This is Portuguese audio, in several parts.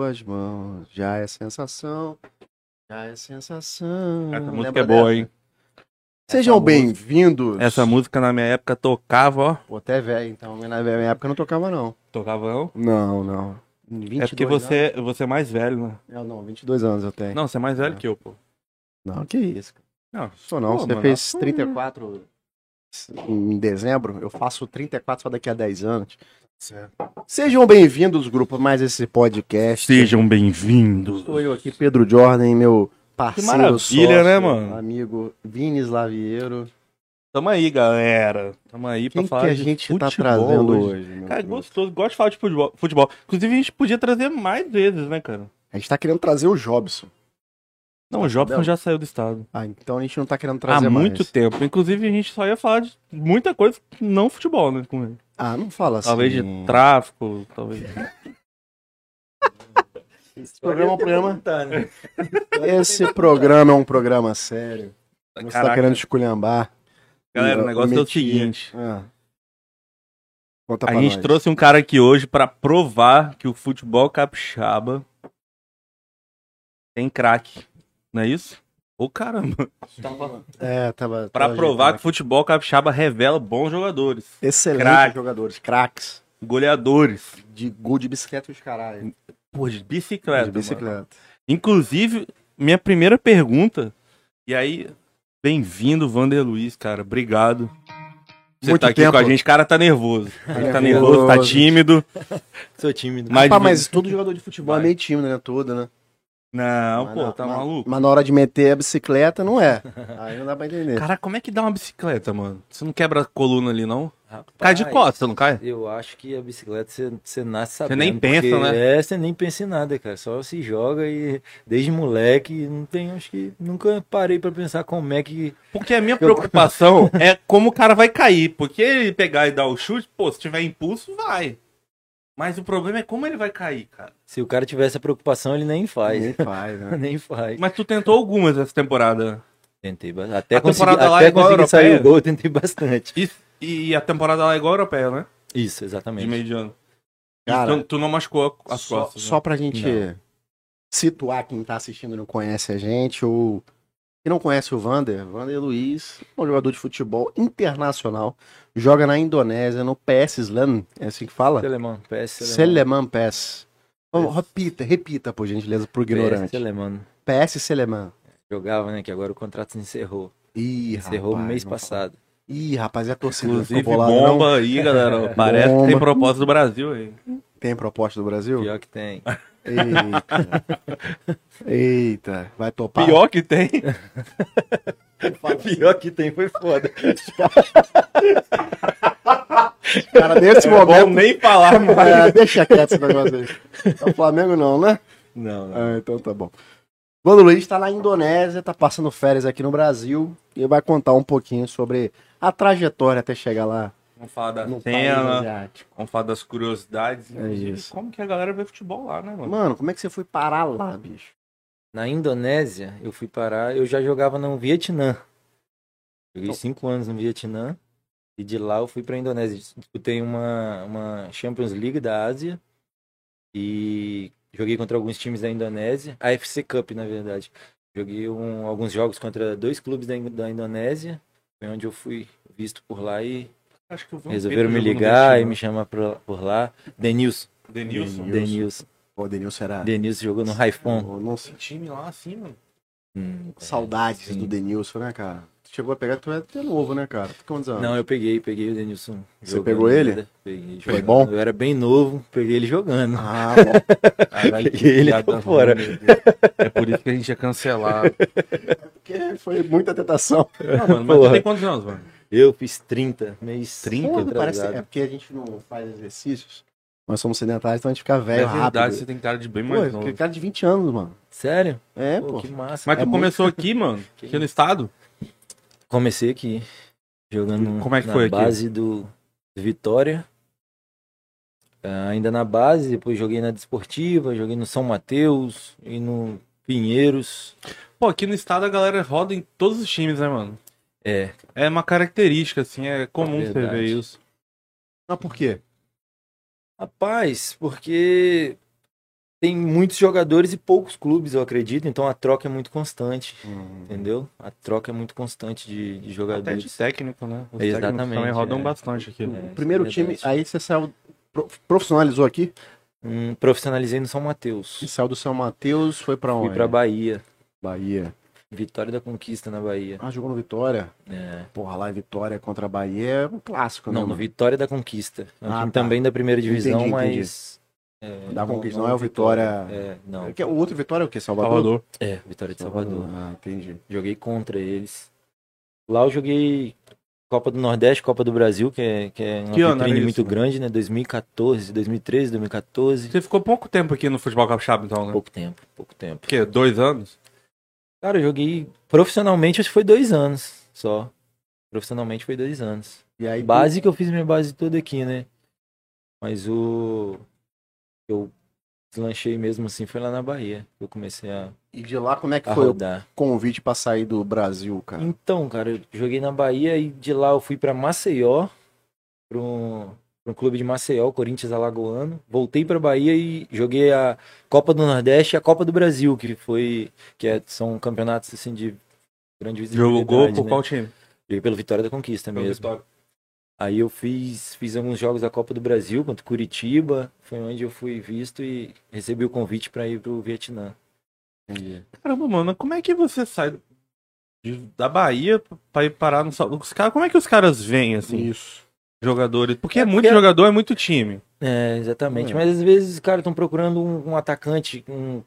suas mãos, já é sensação, já é sensação. Essa música Lembra é boa, dessa? hein? Sejam bem-vindos. Essa música na minha época tocava, ó. Pô, até velho, então. Na minha época não tocava, não. Tocava não? Não. 22 É porque você é mais velho, né? anos. Não, 22 anos eu tenho. Não, você é mais velho que eu, pô. Não, que isso. Não, Sou não, pô, você mano, fez 34 em dezembro, eu faço 34 só daqui a 10 anos. Certo. Sejam bem-vindos, grupo, a mais esse podcast. Sejam bem-vindos. Sou eu aqui, Pedro Jordan, meu parceiro, Que maravilha, sócio, né, mano? amigo Vinis Lavieiro. Tamo aí, galera. Tamo aí Quem pra falar que a de gente futebol tá trazendo hoje? meu Cara, Deus? gostoso. Gosto de falar de futebol. Inclusive, a gente podia trazer mais vezes, né, cara? A gente tá querendo trazer o Jobson. Não, o Jobson sabendo? já saiu do estado. Ah, então a gente não tá querendo Há trazer mais. muito tempo. Inclusive, a gente só ia falar de muita coisa não futebol, né, com ele. Ah, não fala assim. Talvez de tráfico, talvez... Esse programa é um programa... Né? Esse programa é um programa sério. Você tá Caraca. querendo esculhambar. Galera, o negócio é o Omitir. seguinte. Conta A pra gente nós. trouxe um cara aqui hoje pra provar que o futebol capixaba tem craque. Não é isso? Ô, caramba. Tava Pra ajeitando provar que o aqui. futebol capixaba revela bons jogadores, Excelentes Craque. jogadores, craques. goleadores. De gol de bicicleta e os caralho. Pô, de bicicleta. De bicicleta. Inclusive, minha primeira pergunta, e aí, bem-vindo, Vander Luiz, cara. Obrigado. Você Muito tá aqui tempo. com a gente. O cara tá nervoso. Ele tá nervoso. nervoso, tá tímido. Sou tímido. Mas, Mas todo jogador de futebol é meio tímido, né? Todo, né? Não, Mas pô, não, tá mas- maluco? Mas na hora de meter a bicicleta, não é. Aí não dá pra entender. Cara, como é que dá uma bicicleta, mano? Você não quebra a coluna ali, não? Rapaz, Cai de costas, não cai? Eu acho que a bicicleta você nasce sabendo. nem pensa, porque- né? Você nem pensa em nada, cara. Só se joga e desde moleque não tem, acho que nunca parei pra pensar como é que. Porque a minha preocupação é como o cara vai cair. Porque ele pegar e dar o chute, pô, se tiver impulso, vai. Mas o problema é como ele vai cair, cara. Se o cara tivesse essa preocupação, ele nem faz. Nem faz, né? Nem faz. Mas tu tentou algumas essa temporada. Tentei bastante. Até A conseguir, temporada lá é até igual a conseguir sair europeia? o gol, eu tentei bastante. E a temporada lá é igual a europeia, né? Isso, De exatamente. meio de ano. Cara, Tu não machucou as Só, costas. só né? pra gente Não. situar quem tá assistindo e não conhece a gente, ou quem não conhece o Vander Luiz, é um jogador de futebol internacional, joga na Indonésia, no PS Slam, é assim que fala? Seleman, PS Seleman PES. Repita, por gentileza, pro ignorante. Seleman. PS Seleman. Jogava, né? Que agora o contrato se encerrou. Ih, Encerrou rapaz, mês não passado. Ih, rapaz, é a torcida. não Inclusive, ficou bolada, não? bomba aí, galera. Parece que tem Bomba. propósito do Brasil aí. Tem proposta do Brasil? Pior que tem. Eita. Eita, vai topar. Pior que tem. Pior que tem foi foda. Cara, nesse Bom momento. nem falar, mano. Deixa quieto esse negócio aí. É o Flamengo não, né? Não, não. Ah, então tá bom. Vando Luiz tá na Indonésia, tá passando férias aqui no Brasil e vai contar um pouquinho sobre a trajetória até chegar lá Vamos falar da no país cena, asiático. vamos falar das curiosidades. Inclusive, isso. como que a galera vê futebol lá, né, mano? Mano, como é que você foi parar lá, bicho? Na Indonésia, eu fui parar. Eu já jogava no Vietnã. Joguei 5 anos no Vietnã. E de lá eu fui pra Indonésia. Disputei uma Champions League da Ásia. E joguei contra alguns times da Indonésia. A FC Cup, na verdade. Joguei alguns jogos contra 2 clubes da Indonésia. Foi onde eu fui visto por lá e Acho que eu vi resolveram me Pedro jogando ligar e Vietnã. me chamar por lá. Denilson. Denilson. Denilson. O Denilson era. Denilson jogou no Raifon. Nossa, Esse time lá, assim, mano. saudades Sim. do Denilson, né, cara? Tu chegou a pegar, tu é até novo, né, cara? Tu quantos anos? Não, eu peguei o Denilson. Você jogando pegou ele? ainda. Peguei. Foi jogando. bom? Eu era bem novo, peguei ele jogando. Ah, bom. Caralho, que Ele piada tô fora. ruim, meu Deus. É por isso que a gente é cancelado. Porque foi muita tentação. Não, mano, mas tu Porra. tem quantos anos, mano? Eu fiz 30, mês 30? Pô, parece, atrasado. é porque a gente não faz exercícios. Nós somos sedentários, então a gente fica É velho verdade, rápido. você tem cara de bem Pô, mais novo. aquele cara de 20 anos, mano. Sério? É, Pô, pô. que massa. Mas tu É começou aqui, mano? Aqui no estado? Comecei aqui, jogando Como é que na foi aqui? base do Vitória. Ainda na base, depois joguei na Desportiva, joguei no São Mateus e no Pinheiros. Pô, aqui no estado a galera roda em todos os times, né, mano? É, É uma característica, assim, é comum você Verdade. ver isso. Mas por quê? rapaz, porque tem muitos jogadores e poucos clubes, eu acredito, então a troca é muito constante, entendeu? A troca é muito constante de Até jogadores. de técnico, né? Os técnicos Exatamente, também rodam é. bastante aqui. O isso primeiro é time, verdade. aí você saiu, profissionalizou aqui? Profissionalizei no São Mateus. E saiu do São Mateus, foi pra Fui onde? pra Bahia. Bahia. Vitória da Conquista na Bahia. Ah, jogou no Vitória? É. Porra, lá em Vitória contra a Bahia é um clássico, né? Não, no mano? Vitória da Conquista. É um Ah, time tá. também da primeira divisão, Entendi, mas. Da Conquista, não é o Vitória. Não. O outro Vitória é o quê? Salvador? Salvador. É, Vitória de Salvador. Ah, entendi. Joguei contra eles. Lá eu joguei Copa do Nordeste, Copa do Brasil, que é uma Que ano era vitrine isso, muito né? grande, né? 2014, 2013, 2014. Você ficou pouco tempo aqui no futebol capixaba, então, né? Pouco tempo, pouco tempo. O quê? 2 anos? Cara, eu joguei profissionalmente, acho que foi 2 anos só. Profissionalmente foi 2 anos. E aí, Base que eu fiz minha base toda aqui, né? Mas eu deslanchei mesmo assim foi lá na Bahia. Eu comecei e de lá, como é que a foi rodar. o convite pra sair do Brasil, cara? Então, cara, eu joguei na Bahia e de lá eu fui pra Maceió, pra um clube de Maceió, o Corinthians Alagoano. Voltei pra Bahia e joguei a Copa do Nordeste e a Copa do Brasil, são campeonatos assim de grande visibilidade. Jogou por né? qual time? Joguei pelo Vitória da Conquista Pelo mesmo. Vitória. Aí eu fiz alguns jogos da Copa do Brasil contra o Curitiba, foi onde eu fui visto e recebi o convite pra ir pro Vietnã. Caramba, mano, como é que você sai da Bahia pra ir parar no Salvador? Como é que os caras veem, assim, Isso. jogadores? Porque É é muito porque- jogador, é muito time. É, exatamente. É. Mas às vezes os caras estão procurando um atacante,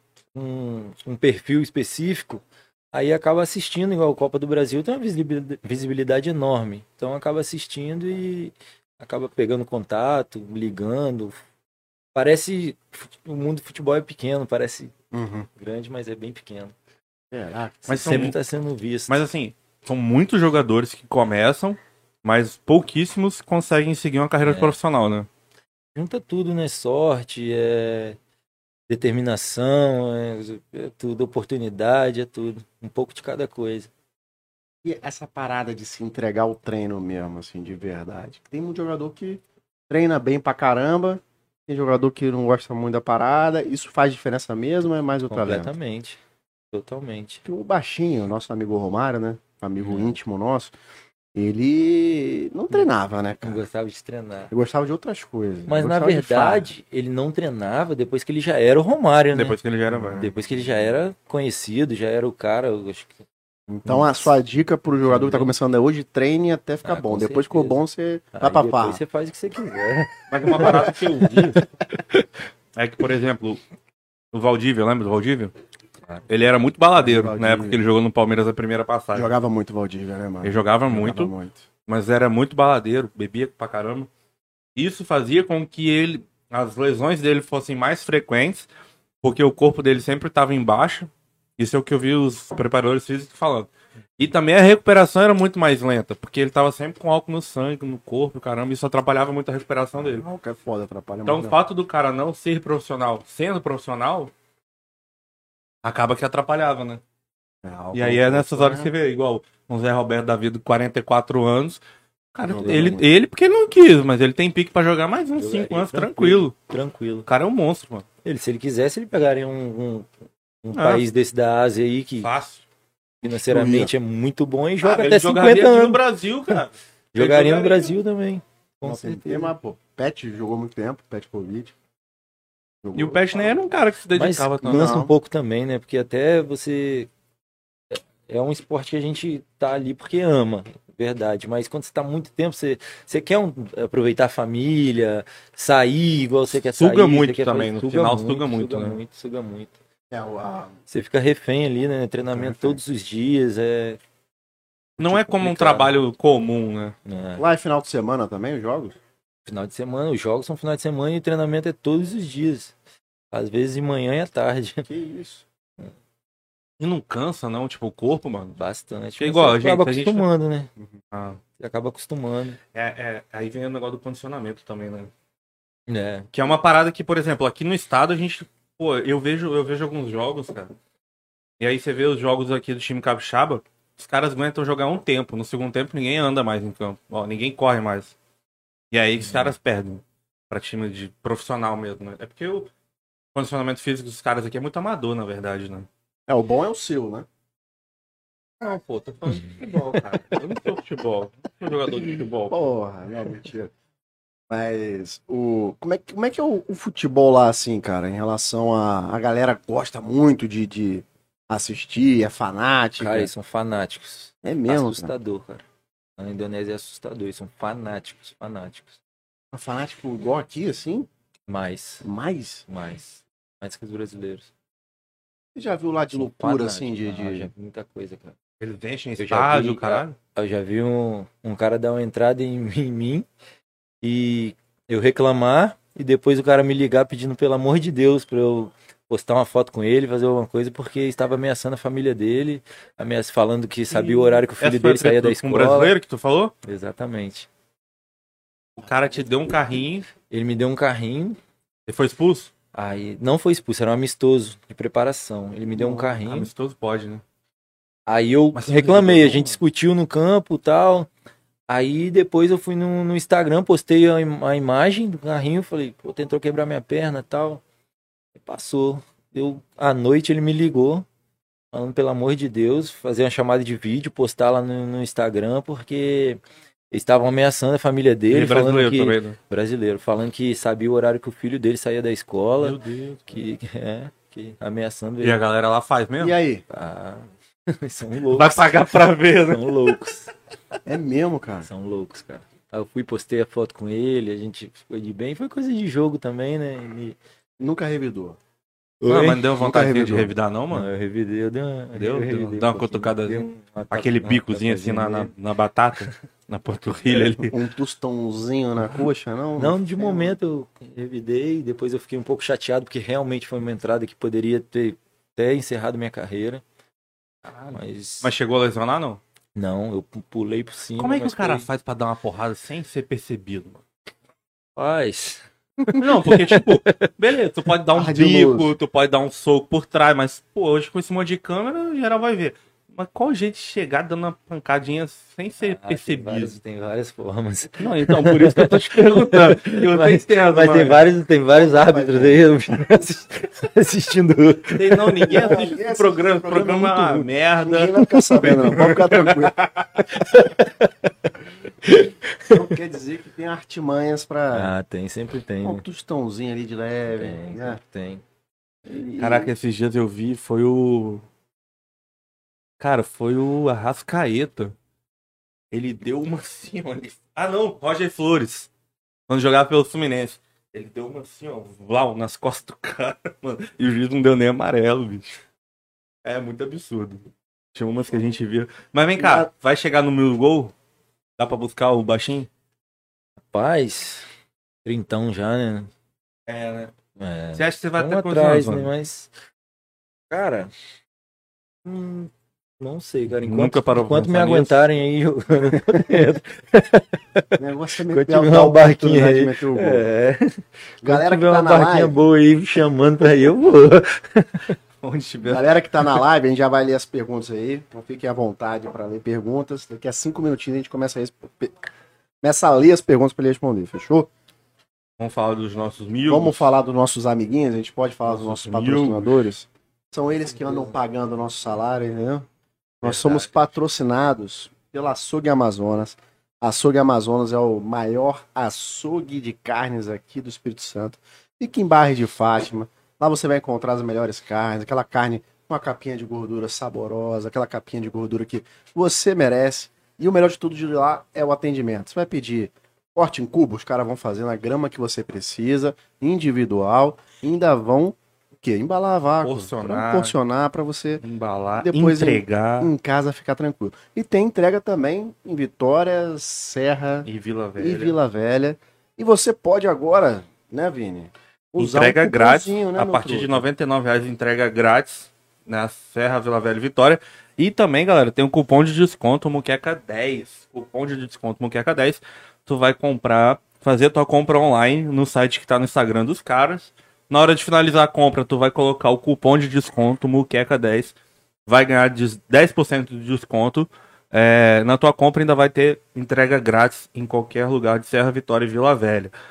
um perfil específico, aí acaba assistindo, igual a Copa do Brasil, tem uma visibilidade enorme. Então acaba assistindo e acaba pegando contato, ligando. Parece. O mundo do futebol é pequeno, parece grande, mas é bem pequeno. Caraca. Mas são Sempre está sendo visto. Mas assim, são muitos jogadores que começam, mas pouquíssimos conseguem seguir uma carreira profissional, né? Junta tudo, né? Sorte, determinação, é tudo, oportunidade, é tudo. Um pouco de cada coisa. E essa parada de se entregar ao treino mesmo, assim, de verdade. Tem muito jogador que treina bem pra caramba, tem jogador que não gosta muito da parada. Isso faz diferença mesmo ou é mais o talento? Completamente. Totalmente. O Baixinho, nosso amigo Romário, né? Amigo íntimo nosso, ele não treinava, né, Não cara? gostava de treinar. Eu gostava de outras coisas. Mas Eu na gostava de verdade, ele não treinava depois que ele já era o Romário, né? Depois que ele já era velho. Depois que ele já era conhecido, já era o cara. Eu acho que... Então a sua dica pro jogador que tá começando hoje, treine até ficar bom. com Depois que ficou certeza. bom, você vai Aí pra depois farra. você faz o que você quiser. Mas uma parada que eu vi é que, por exemplo, o Valdívia, lembra do Valdívia? Claro. Ele era muito baladeiro Valdívia. na época que ele jogou no Palmeiras a primeira passagem. Jogava muito Valdívia, né, mano? Ele jogava muito, mas era muito baladeiro, bebia pra caramba. Isso fazia com que as lesões dele fossem mais frequentes, porque o corpo dele sempre estava embaixo. Isso é o que eu vi os preparadores físicos falando. E também a recuperação era muito mais lenta, porque ele tava sempre com álcool no sangue, no corpo, caramba, isso atrapalhava muito a recuperação dele. Não, que é foda, atrapalha Então, muito. o fato do cara não ser profissional, sendo profissional, acaba que atrapalhava, né? E aí é nessas horas que você vê, igual o Zé Roberto da vida, 44 anos. Cara, Jogando muito. ele porque ele não quis, mas ele tem pique pra jogar mais uns Jogaria 5 anos, tranquilo. tranquilo. Tranquilo. O cara é um monstro, mano. Se ele quisesse, ele pegaria um país desse da Ásia aí que Fácil. financeiramente é muito bom e joga Ele até jogaria 50 aqui no anos. Brasil, cara. Jogaria no jogaria. Brasil também. Com Nossa, certeza. mas, pô, Pet jogou muito tempo, Pet Covid. E o Pet nem era um cara que se Mas dedicava tanto. cansa não. um pouco também, né? Porque até você... É um esporte que a gente tá ali porque ama, verdade. Mas quando você tá muito tempo, você quer aproveitar a família, sair igual você quer sair. Suga muito você quer também, no final suga muito, né? Suga muito. É, Você fica refém ali, né? Treinamento todos os dias, Não é como um complicado. trabalho comum, né? Lá é final de semana também, os jogos? Final de semana, os jogos são final de semana e o treinamento é todos os dias. Às vezes de manhã e à tarde. Que isso. E não cansa, não, tipo, o corpo, mano. Bastante. Porque igual, Você acaba a gente- acostumando, né? Ah, Você acaba acostumando. aí vem o negócio do condicionamento também, né? É. Que é uma parada que, por exemplo, aqui no estado a gente. Pô, eu vejo alguns jogos, cara. E aí você vê os jogos aqui do time capixaba, os caras aguentam jogar um tempo. No segundo tempo ninguém anda mais em campo. Ó, ninguém corre mais. E aí os caras perdem pra time de profissional mesmo, né? É porque condicionamento físico dos caras aqui é muito amador, na verdade, né? O bom é o seu, né? Não, pô, tô falando de futebol, cara. Eu não sou futebol. Não sou jogador de futebol. Porra, não, mentira. Mas como é que é o futebol lá, assim, cara, em relação a galera gosta muito de assistir, é fanática. Cara, eles são fanáticos. É mesmo, cara. Assustador, cara. Na Indonésia é assustador, eles são fanáticos. É fanático igual aqui, assim? Mais que os brasileiros. Você já viu lá de São loucura, fanáticos. assim, Já vi muita coisa, cara. Eles enchem Eu já estádio, vi- caralho. Eu já vi um cara dar uma entrada em mim e eu reclamar e depois o cara me ligar pedindo pelo amor de Deus pra eu postar uma foto com ele, fazer alguma coisa, porque estava ameaçando a família dele, falando que sabia o horário que o filho Essa foi dele a treta saía da com escola. um brasileiro que tu falou? Exatamente. O cara te deu um carrinho Ele me deu um carrinho, e foi expulso? aí não foi expulso, era um amistoso de preparação. Ele me deu um carrinho. Amistoso pode, né? Aí eu Mas você reclamei, não a gente discutiu no campo e tal. Aí depois eu fui no Instagram, postei a imagem do carrinho, falei, pô, tentou quebrar minha perna e tal. E passou. À noite ele me ligou, falando, pelo amor de Deus, fazer uma chamada de vídeo, postar lá no Instagram, porque eles estavam ameaçando a família dele, Ele é falando brasileiro que. também, né? Brasileiro, falando que sabia o horário que o filho dele saía da escola, Meu Deus. que ameaçando E ele. a galera lá faz mesmo? E aí? Ah, são loucos. Vai pagar pra ver, né? São loucos. É mesmo, cara. São loucos, cara. Aí eu fui, postei a foto com ele, a gente ficou de bem. Foi coisa de jogo também, né? Nunca revidou. Não, mas não deu vontade de revidou. revidar não, Não, mano? eu revidei, eu dei uma... Deu? eu Deu revidei uma um pouquinho, cutucadazinha. dei Aquele uma bicozinho assim tapadinha. na batata, na panturrilha ali. Um tostãozinho na coxa, não? Não, de momento eu revidei, depois eu fiquei um pouco chateado, porque realmente foi uma entrada que poderia ter até encerrado minha carreira. Mas chegou a lesionar, não? não, eu pulei por cima. Como é que mas o cara foi- faz pra dar uma porrada sem ser percebido, mano? Faz. Não, porque, tipo, beleza, tu pode dar um Ardiloso. bico, tu pode dar um soco por trás, mas, pô, hoje com esse monte de câmera, geral vai ver. Mas qual o jeito de chegar dando uma pancadinha sem ser percebido? Tem várias formas. Não, então, por isso que eu tô te perguntando. Eu não entendo, Mas mano. tem vários árbitros aí assistindo. Não, ninguém assiste Ninguém esse assiste programa. esse O programa é programa é uma muito merda. Ninguém vai ficar sabendo, não. Pode ficar tranquilo. Então quer dizer que tem artimanhas pra. Sempre tem. Um Né? tostãozinho ali de leve. Tem, né? sempre tem. Caraca, esses dias eu vi, foi o... Cara, foi o Arrascaeta. Ele deu uma assim, ó. Ah, não, Roger Flores. Quando jogava pelo Fluminense. Ele deu uma assim, ó, lá nas costas do cara, mano. E o juiz não deu nem amarelo, bicho. É muito absurdo. Tinha umas que a gente via. Mas vem cá, vai chegar no 1000 gol? Dá pra buscar o baixinho? Rapaz, 30 já, né? É, né? É, Você acha que você vai vamos ter quantos atrás, anos, né? mano? Mas, cara, não sei, cara. Nunca parou pra Enquanto me pensar nisso? aguentarem aí, eu tô dentro. O negócio é Quando meter tiver uma barquinha aí. meter o gol. É. Galera Quando que tiver tá uma na barquinha live, boa aí me chamando pra ir, eu vou. Onde tiver. galera que tá na live, a gente já vai ler as perguntas aí. Então fiquem à vontade pra ler perguntas. Daqui a 5 minutinhos a gente começa a ler as perguntas pra ele responder, fechou? Vamos falar dos nossos 1000. Vamos falar dos nossos amiguinhos, a gente pode falar dos Nossos nossos patrocinadores. São eles que andam pagando o nosso salário, entendeu? Nós somos patrocinados pela Açougue Amazonas. A Açougue Amazonas é o maior açougue de carnes aqui do Espírito Santo. Fica em Barra de Fátima. Lá você vai encontrar as melhores carnes, aquela carne com uma capinha de gordura saborosa, aquela capinha de gordura que você merece. E o melhor de tudo de lá é o atendimento. Você vai pedir corte em cubo, os caras vão fazer na grama que você precisa, individual, e ainda vão o quê? Embalar a vácuo, porcionar para você Embalar, depois entregar. em casa ficar tranquilo. E tem entrega também em Vitória, Serra E Vila Velha. e Vila Velha. E você pode agora, né, Vini? Entrega grátis. cupomzinho, né, A meu partir de truta? R$99 entrega grátis na Serra, Vila Velha e Vitória. E também, galera, tem um cupom de desconto Muqueca 10. Cupom de desconto Muqueca 10. Tu vai comprar, fazer tua compra online no site que tá no Instagram dos caras. Na hora de finalizar a compra, tu vai colocar o cupom de desconto Muqueca 10. Vai ganhar 10% de desconto. Na tua compra ainda vai ter entrega grátis em qualquer lugar de Serra, Vitória e Vila Velha.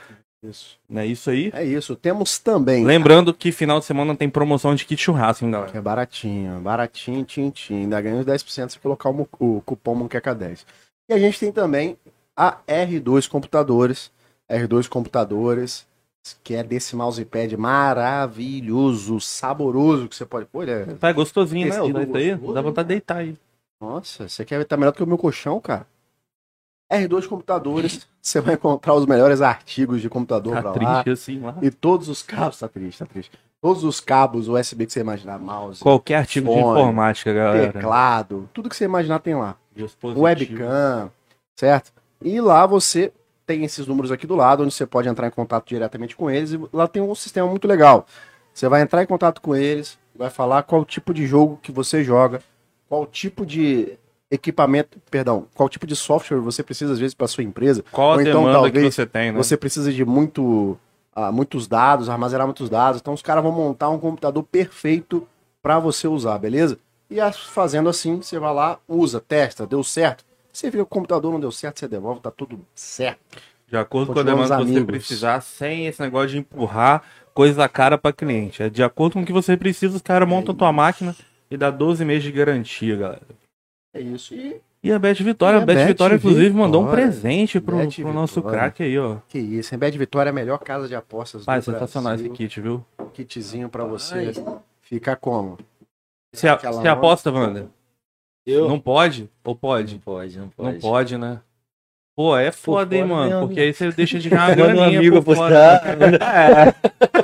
Isso. Não é isso aí? É isso. Temos também. Lembrando que final de semana tem promoção de kit churrasco, hein, galera? Que é baratinho, baratinho, tintim. Ainda ganha uns 10% se colocar o cupom Muqueca10. E a gente tem também a R2 Computadores. R2 Computadores, que é desse mousepad maravilhoso, saboroso, que você pode... Pô, ele é... Tá gostosinho, né? Tecido Isso aí, gostoso, dá vontade de deitar aí. Nossa, você quer ver, tá melhor do que o meu colchão, cara. R2 Computadores, você vai encontrar os melhores artigos de computador Tá pra lá. triste assim lá. E todos os cabos, tá triste. Todos os cabos USB que você imaginar, mouse, Qualquer artigo de fone, informática, galera. teclado, tudo que você imaginar tem lá. Dispositivo. Webcam, certo? E lá você tem esses números aqui do lado, onde você pode entrar em contato diretamente com eles. E lá tem um sistema muito legal. Você vai entrar em contato com eles, vai falar qual tipo de jogo que você joga, qual tipo de equipamento, perdão, qual tipo de software você precisa às vezes para sua empresa. Qual a Ou então demanda que talvez você tem, né? você precisa de muitos dados, armazenar muitos dados. Então os caras vão montar um computador perfeito para você usar, beleza? E fazendo assim, você vai lá, usa, testa, deu certo. Você vê que o computador não deu certo, você devolve, tá tudo certo. De acordo com a Continuamos demanda que você amigos. precisar, sem esse negócio de empurrar coisa cara para cliente. É de acordo com o que você precisa, os caras montam tua máquina e dá 12 meses de garantia, galera. É isso. E a Bet Vitória, E a a Bet Bet Vitória, inclusive, mandou um Vitória. presente pro Bet nosso Vitória. craque aí, ó. Que isso, hein? Bet Vitória é a melhor casa de apostas Pai, do sensacional esse Brasil. kit, viu? Kitzinho pra você ficar como? Você Aquela aposta, Wander? Eu? Não pode? Ou pode? Não pode. Não pode, né? Pô, é foda, hein, fora, mano? né, Porque aí você deixa de ganhar uma Manda um graninha amigo por fora. apostar.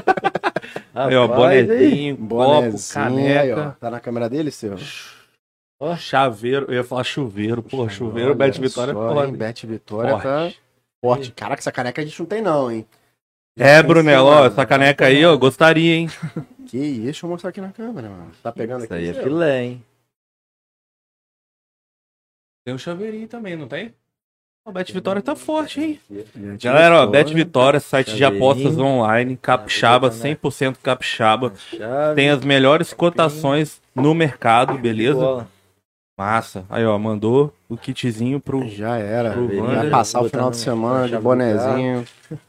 Aí, ó, Rapaz, bonezinho, copo, Bonezinho, aí, ó. caneca, Tá na câmera dele, seu? chaveiro. Eu ia falar chuveiro. Pô, chuveiro, Bet Vitória é foda. Hein? Bet Vitória Forte. tá forte. Caraca, essa caneca a gente não tem não, hein? É, Brunello, ó, essa caneca aí, ó, gostaria, hein? Que isso, deixa eu mostrar aqui na câmera, mano. Tá pegando Isso aqui? aí é seu? filé, hein? Tem um chaveirinho também, não tem? O Bet Vitória tá forte, hein? Bet Galera, ó, Vitória. Bet Vitória, site de Chaveirinho. apostas online, capixaba, 100% capixaba. Tem as melhores cotações no mercado, beleza? Bola. Massa. Aí, ó, mandou o kitzinho pro... Já era. Pro Vai Wander. passar o Botar final no- de semana na de chave do bonezinho.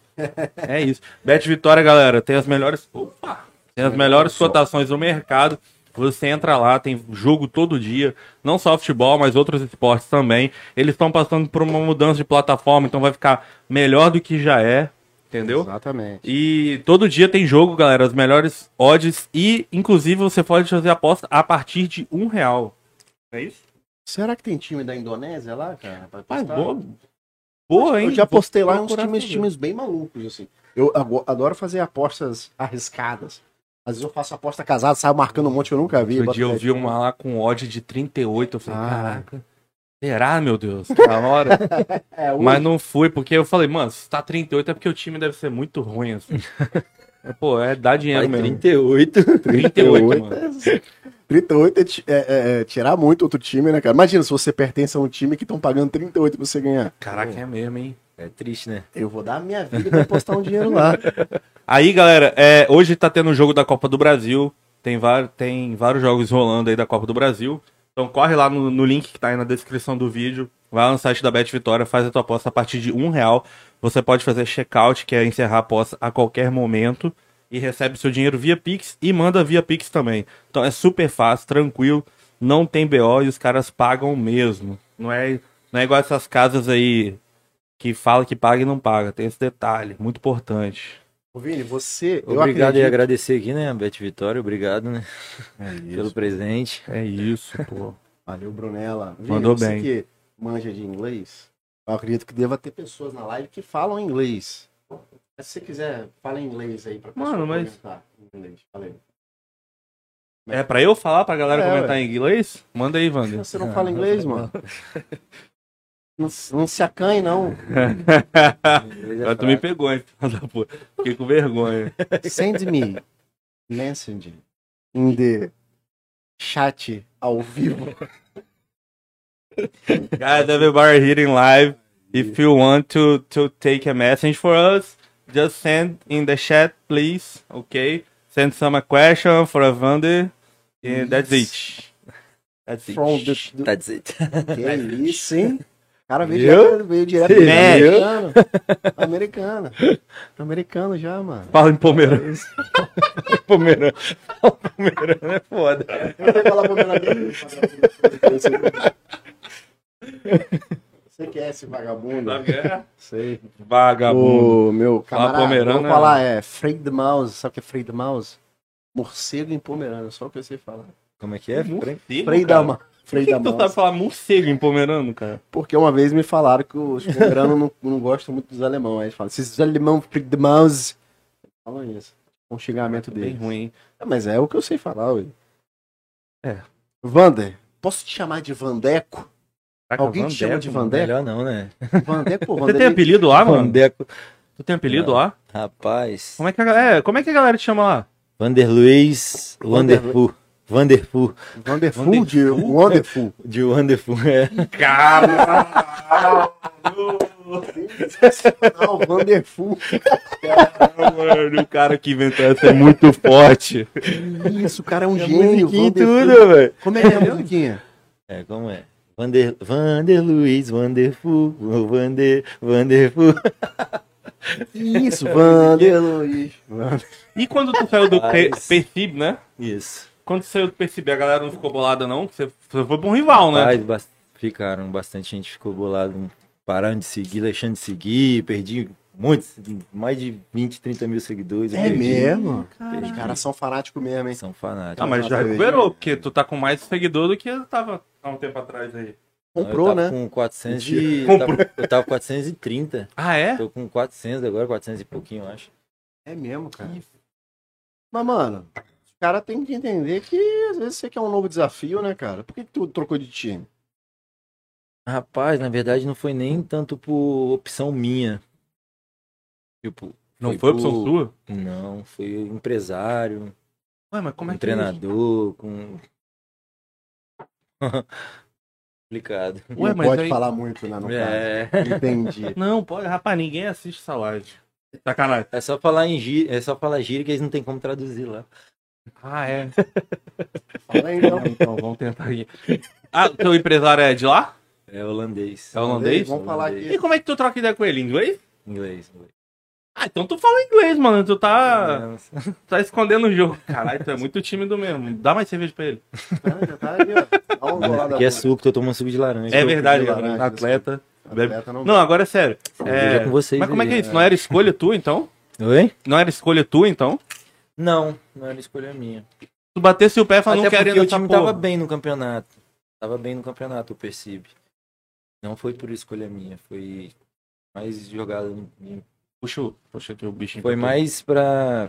É isso. Bet Vitória, galera, tem as melhores... Opa! Tem as melhores cotações do mercado. Você entra lá, tem jogo todo dia. Não só futebol, mas outros esportes também. Eles estão passando por uma mudança de plataforma, então vai ficar melhor do que já é. Entendeu? Exatamente. E todo dia tem jogo, galera, as melhores odds. E, inclusive, você pode fazer aposta a partir de R$1. É isso? Será que tem time da Indonésia lá, cara? Pra Pai, postar? boa, hein? Eu já Vou postei lá uns procurar saber. times bem malucos, assim. Eu adoro fazer apostas arriscadas. Às vezes eu faço aposta casada, saio marcando um monte que eu nunca vi. Outro boto dia eu bet. vi uma lá com odd de 38. Eu falei, Ah. caraca. Será, meu Deus? Na hora. É, hoje- Mas não fui, porque eu falei, mano, se tá 38 é porque o time deve ser muito ruim, assim. Pô, dá dinheiro Vai mesmo. 38. 38, mano. 38 é tirar muito outro time, né, cara? Imagina se você pertence a um time que estão pagando 38 pra você ganhar. Caraca, é mesmo, hein? É triste, né? Eu vou dar a minha vida pra postar um dinheiro lá. Aí, galera, hoje tá tendo o jogo da Copa do Brasil. Tem vários jogos rolando aí da Copa do Brasil. Então corre lá no link que tá aí na descrição do vídeo. Vai lá no site da Bet Vitória, faz a tua aposta a partir de R$1. Você pode fazer checkout, que é encerrar a aposta a qualquer momento. E recebe seu dinheiro via Pix e manda via Pix também. Então é super fácil, tranquilo, não tem BO e os caras pagam mesmo. Não é igual essas casas aí que fala que paga e não paga. Tem esse detalhe, muito importante. Ô, Vini, você... Obrigado e acredito- agradecer aqui, né? A Bet Vitória, obrigado, né? É Pelo presente. É isso, pô. Valeu, Brunella. Vini, Mandou você bem. que manja de inglês, eu acredito que deva ter pessoas na live que falam inglês. Mas se você quiser, fala em inglês aí pra pessoa Mano, mas- comentar em inglês. Fala aí. É pra eu falar pra galera É, comentar ué. em inglês? Manda aí, Wander. Você não fala inglês, mano? Não se acanhe, não. Agora tu me pegou, hein? filho da puta. Fiquei com vergonha. Send me message in the chat ao vivo. Guys, everybody here in live, if you want to take a message for us, just send in the chat, please. Okay? Send some question for a Wander. And that's it. That's it. From the... That's it. Que isso, hein? O cara Viu? veio direto do americano. Americano já, mano. Fala em pomerano. Pomerano. Pomerano é foda. Eu não sei falar pomerano. Você que é esse vagabundo? Sabe o que é? Sei. Vagabundo. O meu camarada, pomerano, vou falar, freio de mouse. Sabe o que é freio de mouse? Morcego em pomerano, só o que eu sei falar. Como é que é? Morcego, Freio cara. da mouse. Por Freio que da que tu mouse. sabe falar morcego em pomerano, cara? Porque uma vez me falaram que os pomeranos não gostam muito dos alemão. Aí eles falam, esses alemão freio de mouse. Falam isso. Um xingamento Bem deles. ruim, hein? Mas é o que eu sei falar, ué. É. Vander, posso te chamar de Vandeco? Caraca, Alguém te chama de mano. Vandeco? Melhor não, né? Vandeco, pô, Você Vander. tem apelido lá, mano? Vandeco. Tu tem apelido Não. lá? Rapaz. Como é que a galera te chama lá? Vanderluiz Wanderful. Vanderful. Vanderful de Wonderful. De Wanderful, é. Caralho! Não, Vanderful. Mano, o cara que inventou essa é muito forte. Isso, o cara é um É gênio. musiquinha e Vanderful. tudo, velho. Como é que é a musiquinha? É, como é? Vanderluiz Wanderful. Vanderful. Isso, Vanderluiz. E quando tu saiu do Rapaz. Percib, né? Isso. Quando tu saiu do Percib, a galera não ficou bolada, não? Você foi pra um rival, né? Rapaz, ficaram, bastante gente ficou bolado. Pararam de seguir, deixando de seguir. Perdi muitos, mais de 20, 30 mil seguidores. eu É perdi. mesmo? Perdi. Os caras são fanáticos mesmo, hein? São fanáticos. Ah, mas já Nossa, recuperou, porque tu tá com mais seguidor do que eu tava há um tempo atrás aí. Comprou, eu tava né? Com 400 e... Comprou. Eu tava com 430. Ah, é? Tô com 400 agora, 400 e pouquinho, eu acho. É mesmo, cara. Mas, mano, os caras têm que entender que às vezes você quer um novo desafio, né, cara? Por que tu trocou de time? Rapaz, na verdade não foi nem tanto por opção minha. Tipo, Não foi opção por- sua? Não, foi empresário, Ué, mas como é um que é isso? treinador, com... Complicado. Ué, não mas pode aí- falar muito, né, no É. caso. Entendi. Não, pode, rapaz, ninguém assiste essa live. Sacanagem. É só falar em gíria, é só falar gíria que eles não tem como traduzir lá. Ah, é. Fala aí, então. Então, vamos tentar aqui. Ah, o teu empresário é de lá? É holandês. É holandês? Vamos falar aqui. E como é que tu troca ideia com ele? Em inglês? Inglês. Ah, então tu fala inglês, mano. Tu tá É, tá escondendo o jogo. Caralho, tu é muito tímido mesmo. Dá mais cerveja pra ele. Já tá ali, ó. Dá uma golada Aqui é boa. suco, tô tomando suco de laranja. É verdade, de cara. laranja, Atleta. Atleta não Não, agora é sério. Cerveja com vocês Mas como é aí, que é isso? Não era escolha tua, então? Oi? Não era escolha tua, então? Não era escolha minha. Tu batesse o pé e falou, não Até quero ir porque o nessa time porra. tava bem no campeonato. Tava bem no campeonato, eu percebi. Não foi por escolha minha, foi mais jogada em... Puxa aqui o bichinho. Foi mais pra...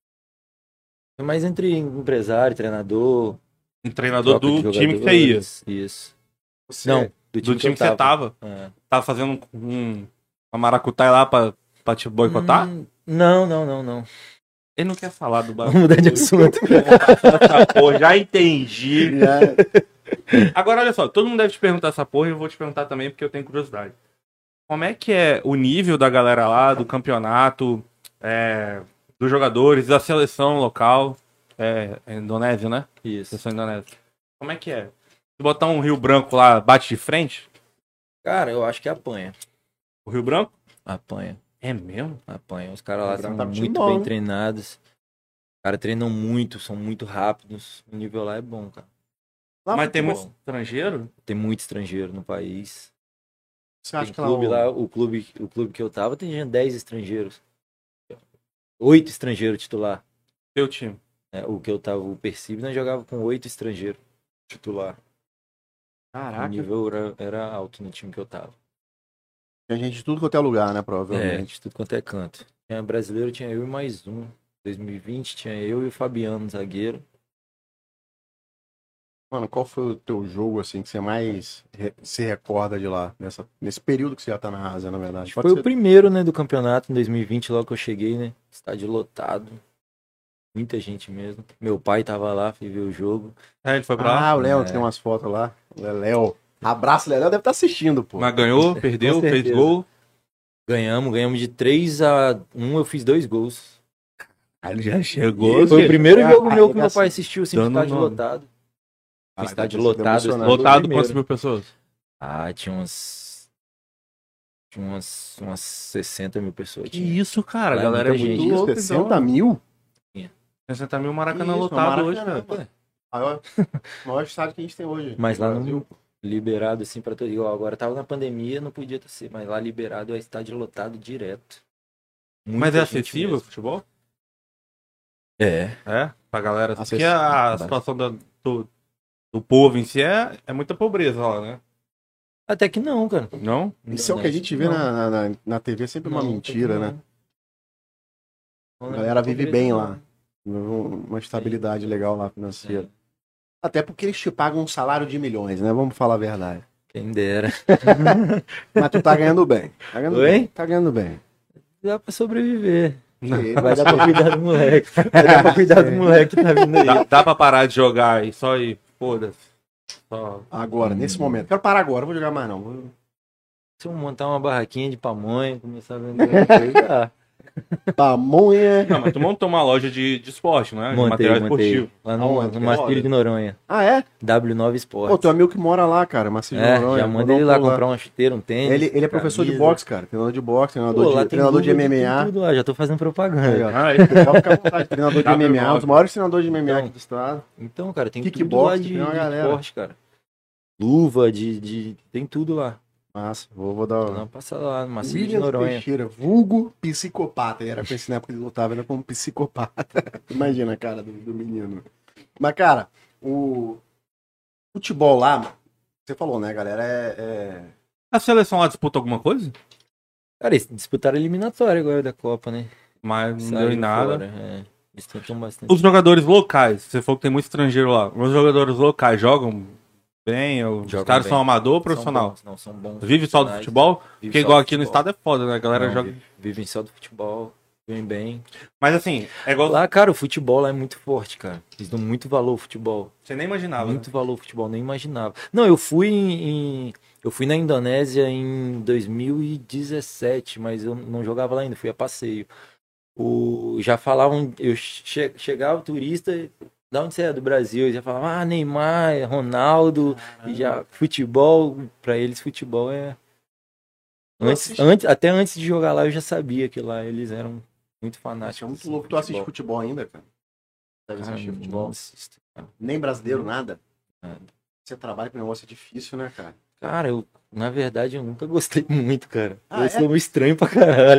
Foi mais entre empresário, treinador... Um treinador troca de do time que você ia. jogadores. Isso. Você- Não, do Do time eu que você tava. É. Tava fazendo uma maracutaia lá pra te boicotar? Não. Ele não quer falar do Vamos mudar de assunto. Pô, já entendi. Já- Agora, olha só, todo mundo deve te perguntar essa porra e eu vou te perguntar também porque eu tenho curiosidade. Como é que é o nível da galera lá, do campeonato, dos jogadores, da seleção local? É Indonésia, né? Isso. Seleção indonésia. Como é que é? Se botar um Rio Branco lá, bate de frente? Cara, eu acho que apanha. O Rio Branco? Apanha. É mesmo? Apanha. Os caras lá O são Branco tá com time muito bom, bem né? treinados. Os caras treinam muito, são muito rápidos. O nível lá é bom, cara. Lá Mas tem futebol. muito estrangeiro? Tem muito estrangeiro no país. Você acha Tem que lá, clube lá, o clube que eu tava tinha 10 estrangeiros. 8 estrangeiros titular. Teu time. O que eu tava, o Percib, nós jogava com 8 estrangeiros titular. O Caraca, nível era alto no time que eu tava. tem gente de tudo quanto é lugar, né, provavelmente. De tudo quanto é canto. Tinha brasileiro, tinha eu e mais um. 2020 tinha eu e o Fabiano, zagueiro. Mano, qual foi o teu jogo, assim, que você mais se recorda de lá, nesse período que você já tá na Ásia, na verdade? Pode Foi ser- o primeiro, né, do campeonato em 2020, logo que eu cheguei, né? Estádio lotado. Muita gente mesmo. Meu pai tava lá, fui ver o jogo. Ele foi pra lá? Ah, o Léo É. tem umas fotos lá. O Léo. Abraço, Léo. Deve estar assistindo, pô. Mas ganhou, perdeu, Com fez certeza. gol. Ganhamos de 3-1, eu fiz 2 gols. Aí ele já chegou. Foi o primeiro é, jogo meu que meu arregaçou. pai assistiu, assim, Dando estádio nome. lotado. Caraca, Estádio deve ter sido lotado. emocionante. Lotado primeiro. quantas mil pessoas? Tinha uns Umas 60 mil pessoas. Que tinha. isso, cara? Lá A é galera é muita muito gente. louca. 60 mil? 60 mil Maracanã Que isso, lotado hoje, Maracanã, cara. Maior, maior estádio que a gente tem hoje. Mas no lá Brasil. não liberado assim pra todo. Igual agora tava na pandemia, não podia ser, mas lá liberado é estádio lotado direto. Mas Muita é gente acessível o mesmo. futebol? É. É? Pra galera. Porque Acessível. a situação do povo em si é muita pobreza lá, né? Até que não, cara. Não? Isso é o que a gente vê Não. na TV, é sempre uma Não, mentira, até que né? não. A Não, galera não é vive pobreza, bem não. lá. Uma estabilidade legal lá financeira. É. Até porque eles te pagam um salário de milhões, né? Vamos falar a verdade. Quem dera. Mas tu tá ganhando bem. Tá ganhando Oi? bem. Tá ganhando bem. Dá pra sobreviver. Que- Vai dar pra cuidar do moleque. Vai dar pra cuidar do moleque que tá vindo aí. Dá pra parar de jogar e só ir. Foda-se. Só. Agora, nesse momento. Quero parar agora, não vou jogar mais não. Se eu montar uma barraquinha de pamonha, começar a vender coisa, Pamonha. Não, mas tu montou uma loja de esporte, né? De montei, material montei. esportivo. Lá Aonde? no Mastilho de Noronha. Ah, é? W9 Pô, Sports. teu amigo que mora lá, cara. Macio de É, Noronha. já Vou manda dar um ele lá pulo comprar uma chuteira, um tênis. Ele é professor de camisa. boxe, cara. Treinador de boxe, Pô, lá treinador tem de Google, tem MMA. tudo lá, já tô fazendo propaganda. Aí, ó. Ah, é. Pode ficar à vontade, treinador de W9. MMA, um dos maiores treinadores de MMA Então, aqui do estado. Então, cara, tem Kickbox, tudo lá tem uma de galera. esporte, cara. Luva, tem tudo lá. Massa, vou dar Dá uma passada lá no Macio de William Noronha. Teixeira, vulgo psicopata. Ele era conhecido na época que ele lutava, ele era como psicopata. Imagina a cara do menino. Mas, cara, o futebol lá, você falou, né, galera, A seleção lá disputa alguma coisa? Cara, eles disputaram a eliminatória agora da Copa, né? Mas não deu Saíram em nada. fora, é. Eles tentam bastante. Os jogadores locais, você falou que tem muito estrangeiro lá. Os jogadores locais jogam bem? Os Jogam caras bem. são amador ou São profissional? bons, não, são bons. Vive só do profissionais. futebol? Vive Porque só igual do aqui no futebol. estado é foda, né? A galera Não, joga. Vivem só do futebol, vivem bem. Mas assim, é igual. Lá, cara, o futebol lá é muito forte, cara. Eles dão muito valor ao futebol. Você nem imaginava. Muito Né? valor ao futebol, nem imaginava. Não, eu fui eu fui na Indonésia em 2017, mas eu não jogava lá ainda, fui a passeio. Já falavam, chegava o turista, da onde você é? Do Brasil, já falavam, ah, Neymar, Ronaldo, e já futebol, pra eles futebol é... Até antes de jogar lá eu já sabia que lá eles eram muito é fanáticos. muito assim, louco. Tu assiste futebol ainda, cara? Deve Cara, assistir não futebol. assisto, cara. Nem brasileiro, nada? Nada. Você trabalha com negócio difícil, né, cara? Cara, na verdade, eu nunca gostei muito, cara. Ah, Eu é? sou um estranho pra caralho.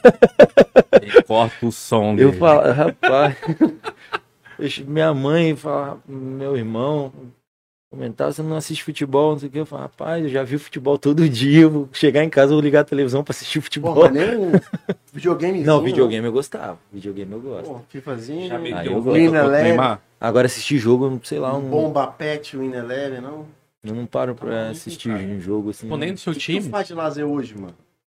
Corta o som Eu dele. falo, rapaz. Minha mãe fala, meu irmão, comentar, você não assiste futebol, não sei o que. Eu falo, rapaz, eu já vi futebol todo dia. Eu vou chegar em casa, eu vou ligar a televisão pra assistir Pô, futebol. mas nem um videogame. Não, videogame eu gostava. Videogame eu gosto. Pô, FIFAzinho, Já Aí meteu eu um gosto. gol contra o Leve. Neymar? Agora assistir jogo, sei lá, Bomba Pet, Win Eleven, não? eu não paro Tá pra maluco, assistir cara. um jogo assim. Pô, nem do seu O que tu time? faz de lazer hoje, mano?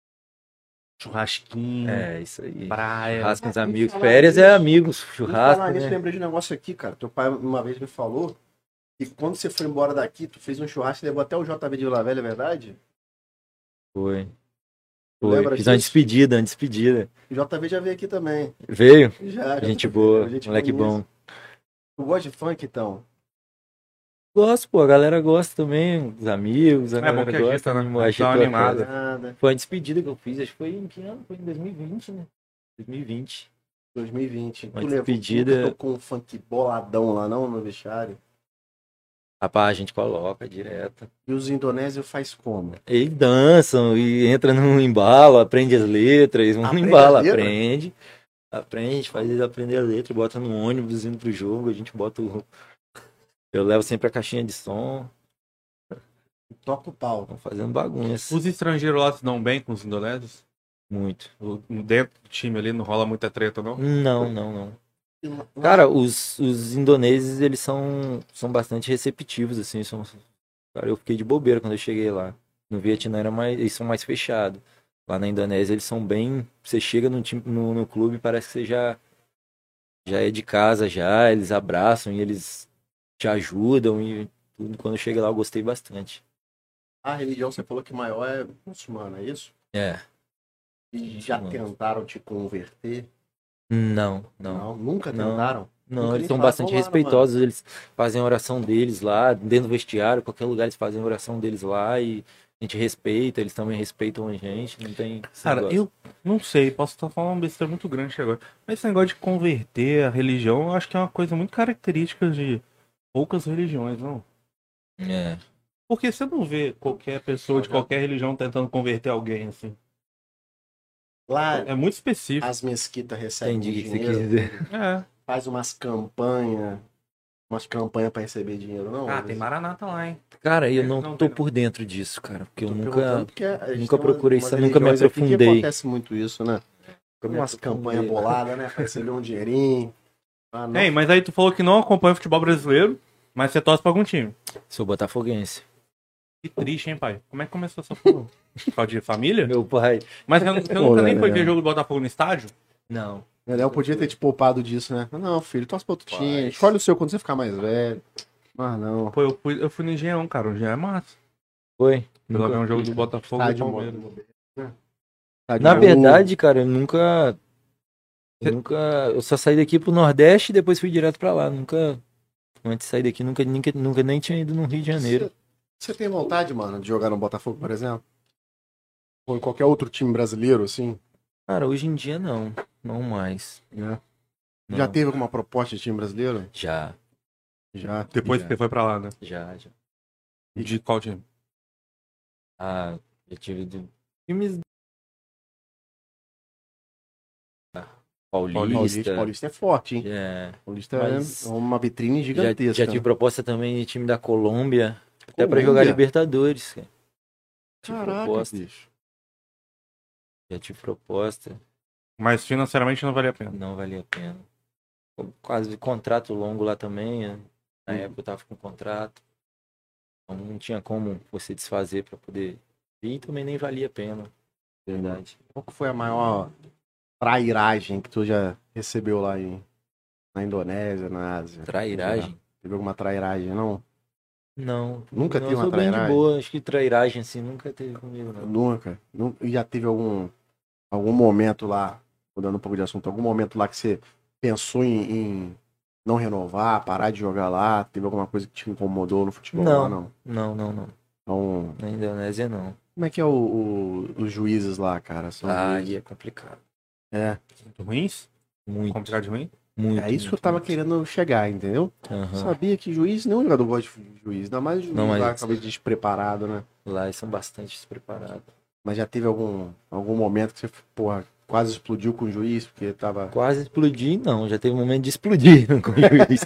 Churrasquinho, É, isso aí. praia. Churrasco com os Por amigos. falar Férias é nisso, amigos, Por churrasco, falar nisso, né? lembrei de um negócio aqui, cara. Teu pai uma vez me falou que quando você foi embora daqui, tu fez um churrasco e levou até o JB de Vila Velha, é verdade? Foi. Tu lembra Fiz uma disso? despedida. O JB já veio aqui também. Veio? Já. Gente JB, boa, gente moleque boníssima. bom. Tu gosta de funk, então? Gosto, pô, a galera gosta também, os amigos, a É galera bom que gosta, agita, né? agitou Dá uma a animada. casa. Nada. Foi uma despedida que eu fiz, acho que foi em que ano? Foi em 2020, né? 2020. 2020. Uma Tu levou, despedida. nunca tocou um funk boladão lá, não, no vestiário? Rapaz, a gente coloca direto. E os indonésios faz como? Eles dançam e entra no embalo, aprende as letras, vão no Aprende embalo, a letra? aprende, faz eles aprender a letra, bota no ônibus indo pro jogo, a gente bota o... Eu levo sempre a caixinha de som, Toca o pau. estão fazendo bagunça. Os estrangeiros lá se dão bem com os indonésios? Muito. Dentro do time ali não rola muita treta, não? Não. E lá- Cara, os indoneses, eles são bastante receptivos, assim, cara, eu fiquei de bobeira quando eu cheguei lá. No Vietnã eles são mais fechados. Lá na Indonésia eles são bem... Você chega no time, no clube, parece que você já é de casa já, eles abraçam e eles te ajudam e tudo. Quando eu cheguei lá eu gostei bastante. A religião, você falou que maior é muçulmana, é isso? É. E já Muçulmano. tentaram te converter? Não. Nunca Não. tentaram? Não, Nunca eles nem são falaram, bastante "Vamos lá, respeitosos, eles fazem a oração deles lá, dentro do vestiário, qualquer lugar eles fazem a oração deles lá e A gente respeita, eles também respeitam a gente, não tem esse Cara, negócio. eu não sei, posso estar falando uma besteira muito grande aqui agora. Mas esse negócio de converter a religião, eu acho que é uma coisa muito característica de poucas religiões, não? É. Porque você não vê qualquer pessoa de qualquer religião tentando converter alguém, assim. Lá, É muito específico. as mesquitas recebem Entendi o que você dinheiro, quis dizer. É. faz umas campanhas pra receber dinheiro, não? Ah, tem Maranata lá, hein? Cara, eu Não não tem, tô não. por dentro disso, cara, porque eu Tô nunca... perguntando porque a gente nunca tem umas- procurei umas isso, nunca me religiões aqui que aprofundei. acontece muito isso, né? me Umas campanhas aprofundei. boladas, né? Pra receber um dinheirinho. Ah, não. Ei, mas aí tu falou que não acompanha o futebol brasileiro, mas você torce pra algum time. Sou botafoguense. Que triste, hein, pai? Como é que começou essa porra? Por causa de família? Meu pai... Mas você nunca nem foi né? ver jogo do Botafogo no estádio? Não. O Léo podia ter te poupado disso, né? Não, filho, torce pra outro Pai. time. Escolhe o seu quando você ficar mais velho. Mas não. Pô, eu fui no Engenhão, cara. O Engenhão é massa. Foi? Fui lá ver Nunca... um jogo do Botafogo e Estádio Palmeiras. Na verdade, cara, eu nunca... Eu só saí daqui pro Nordeste e depois fui direto pra lá. Nunca... Antes de sair daqui, nunca nem tinha ido no Rio de Janeiro. Você tem vontade, mano, de jogar no Botafogo, por exemplo? Ou em qualquer outro time brasileiro, assim? Cara, hoje em dia não. Não mais. Né? Não. Já teve alguma proposta de time brasileiro? Já. Já. Depois Já. que você foi pra lá, né? Já. De qual time? Ah, já tive times Paulista. Paulista é forte, hein? É, Paulista Mas é uma vitrine já gigantesca. tive proposta também de time da Colômbia. Até pra Colômbia? jogar Libertadores, cara. Tive Caraca, proposta. bicho. Já tive proposta. Mas financeiramente não valia a pena. Não valia a pena. Quase contrato longo lá também. Né? Na época eu tava com contrato. Então não tinha como você desfazer pra poder ir. E também nem valia a pena. Verdade. Qual que foi a maior trairagem que tu já recebeu lá na Indonésia, na Ásia? Trairagem? Teve alguma trairagem, não? Não. Nunca não, teve eu uma sou bem de trairagem? boa. Acho que trairagem assim nunca teve comigo, não. Nunca. E já teve algum momento lá, mudando um pouco de assunto, algum momento lá que você pensou em não renovar, parar de jogar lá? Teve alguma coisa que te incomodou no futebol lá, não? Não. Então, Na Indonésia, não. como é que é os juízes lá, cara? São Ah, juízes- aí é complicado. É, Muito ruins? Muito, Complicado de ruim? muito. é isso que eu muito, tava muito. querendo chegar, entendeu? Aham. Sabia que juiz, nenhum jogador gosta de juiz, ainda mais juiz Não, mas- lá, talvez despreparado, né? Lá eles são bastante despreparados. Mas já teve algum momento que você, porra, quase explodiu com o juiz, porque tava... Quase explodi, não. Já teve um momento de explodir com o juiz.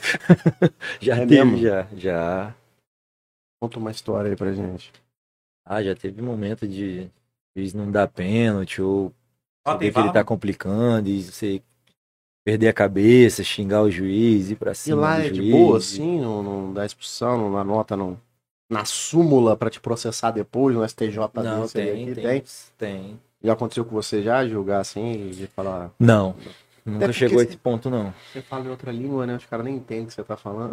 Já É teve, mesmo? já. Conta uma história aí pra gente. Ah, já teve momento de o juiz não dar pênalti ou Ah, saber tem que ele VAR? tá complicando e você perder a cabeça, xingar o juiz, ir pra E cima lá do é de juiz. boa, assim, não dá expulsão, não anota na súmula pra te processar depois, no STJ Não, desse aí tem, aqui, tem. Já aconteceu com você já, julgar assim, de falar... Não, nunca porque chegou a você- esse ponto, não. Você fala em outra língua, né? Os caras nem entendem o que você tá falando.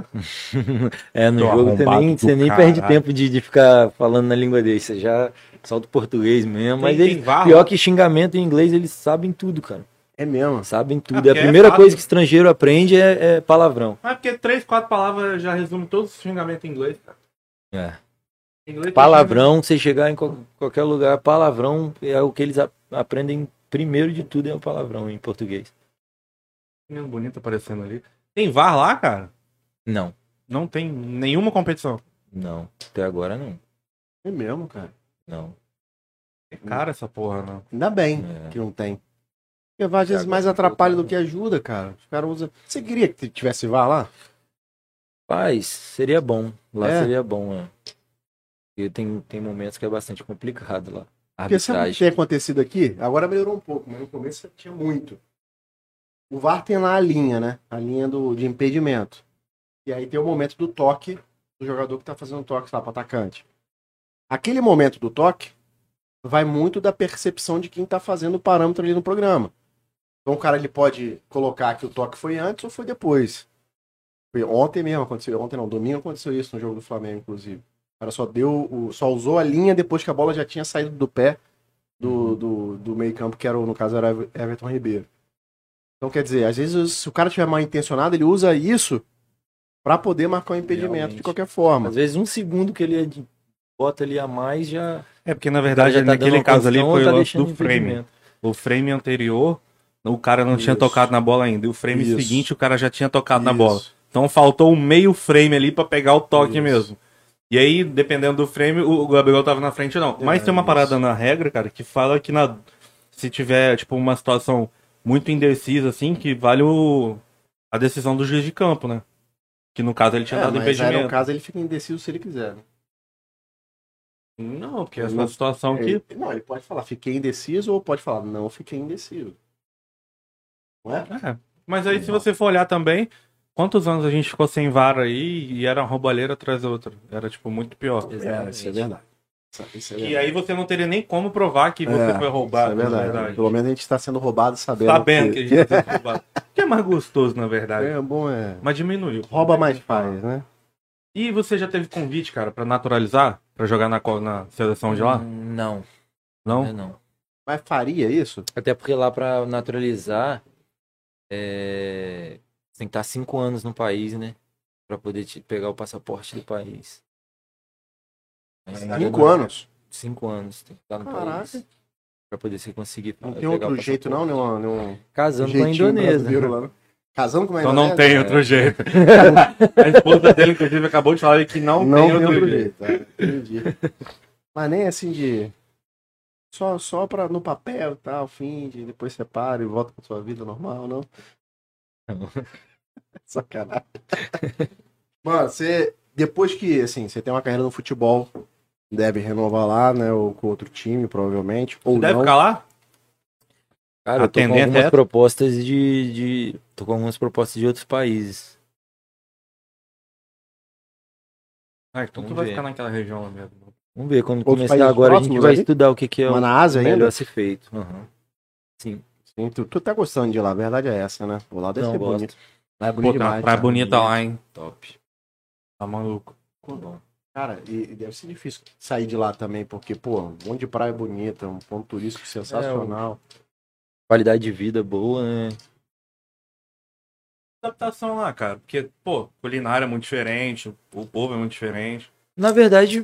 É, no Tô jogo você arrombado nem, do você nem perde caralho. tempo de ficar falando na língua deles, você já solta o português mesmo. Mas Tem eles, VAR pior lá? que xingamento em inglês, eles sabem tudo, cara. É mesmo. Sabem tudo. porque A é primeira fácil. coisa que estrangeiro aprende é palavrão. Mas porque 3, 4 palavras já resume todos os xingamentos em inglês, cara. É. Em inglês tem Palavrão, você chegar em qualquer lugar, palavrão é o que eles aprendem primeiro de tudo, é o palavrão em português. xingamento bonito aparecendo ali. Tem VAR lá, cara? Não, Não tem nenhuma competição. não. Até agora não. É mesmo, cara. Não. É cara essa porra, não. Ainda bem É. que não tem. Porque VAR às vezes Agora mais não atrapalha voltou, do que ajuda, cara. Os caras usam... Você queria que tivesse VAR lá? Mas seria bom. Lá É? seria bom, é. Porque tem momentos que é bastante complicado lá. Porque sabe o que Arbitragem. tem acontecido aqui? Agora melhorou um pouco, mas no começo tinha muito. O VAR tem lá a linha, né? A linha de impedimento. E aí tem o momento do toque do jogador que tá fazendo toque lá pro atacante. Aquele momento do toque vai muito da percepção de quem tá fazendo o parâmetro ali no programa. Então o cara ele pode colocar que o toque foi antes ou foi depois. Foi ontem mesmo aconteceu, ontem não, domingo aconteceu isso no jogo do Flamengo, inclusive. O cara só usou a linha depois que a bola já tinha saído do pé do meio campo, que era, no caso era Everton Ribeiro. Então quer dizer, às vezes se o cara tiver mal intencionado, ele usa isso pra poder marcar o impedimento Realmente. de qualquer forma. Às vezes um segundo que ele bota ali a mais, já... É porque, na verdade, já tá dando naquele uma caso ali condição foi ou o tá lance do deixando frame. impedimento? O frame anterior, o cara não tinha Isso. tocado na bola ainda. E o frame Isso. seguinte, o cara já tinha tocado na Isso. bola. Então faltou um meio frame ali pra pegar o toque Isso. mesmo. E aí, dependendo do frame, o Gabriel tava na frente não. Mas tem uma parada na regra, cara, que fala que se tiver, tipo, uma situação muito indecisa, assim, que vale a decisão do juiz de campo, né? Que no caso ele tinha dado mas aí, impedimento. no caso, ele fica indeciso se ele quiser, né? Não, porque essa é Não- uma situação que... Não, ele pode falar, fiquei indeciso, ou pode falar, não, fiquei indeciso. Não é? É. Mas aí, se você for olhar também, quantos anos a gente ficou sem VAR aí e era uma roubalheira atrás da outra? Era, tipo, muito pior. Isso é verdade. Isso é E verdade. aí você não teria nem como provar que você foi roubado, Isso é na verdade. verdade. Pelo menos a gente está sendo roubado sabendo, Sabendo que a gente tá sendo roubado. Que é mais gostoso, na verdade. É bom, é. Mas diminuiu. Rouba mais faz, né? E você já teve convite, cara, pra naturalizar? Pra jogar na seleção de lá? Não, Não? não. Mas faria isso? Até porque lá pra naturalizar, você tem que estar 5 anos no país, né? Pra poder pegar o passaporte do país. Mas ainda 5 não- anos? 5 anos tem que estar no Caraca. país. Pra poder você conseguir Não tem pegar outro o jeito, passaporte. não? Nenhum Casando com a jeitinho Indonésia. brasileiro lá, não? Casando com a Então não Indonésia? tem outro jeito. A esposa dele, inclusive, acabou de falar que não tem outro jeito. Entendi. Mas nem assim de... Só pra, no papel e tal, finge, depois separa e volta pra sua vida normal, não? Não. Sacanagem. Mano, depois que, assim, você tem uma carreira no futebol, deve renovar lá, né, ou com outro time, provavelmente, ou Deve não. ficar lá? Cara, eu tô com Atendente algumas é? propostas tô com algumas propostas de outros países. Ah, então tu Vamos vai ver. ficar naquela região lá mesmo. Vamos ver, quando Outros começar países agora a gente próximos vai ali? estudar o que é Mas o na Ásia melhor ainda? a ser feito. Aham. Sim. Sim, tu tá gostando de lá, a verdade é essa, né? O lado deve Não, ser gosto. bonito. Lá é Pô, bonito tem uma demais. praia cara. bonita lá, hein? Top. Tá maluco. Bom. Cara, e deve ser difícil sair de lá também, porque, pô, um monte de praia bonita, um ponto turístico sensacional. Qualidade de vida boa, né? Adaptação lá, cara. Porque, pô, culinária é muito diferente, o povo é muito diferente. Na verdade,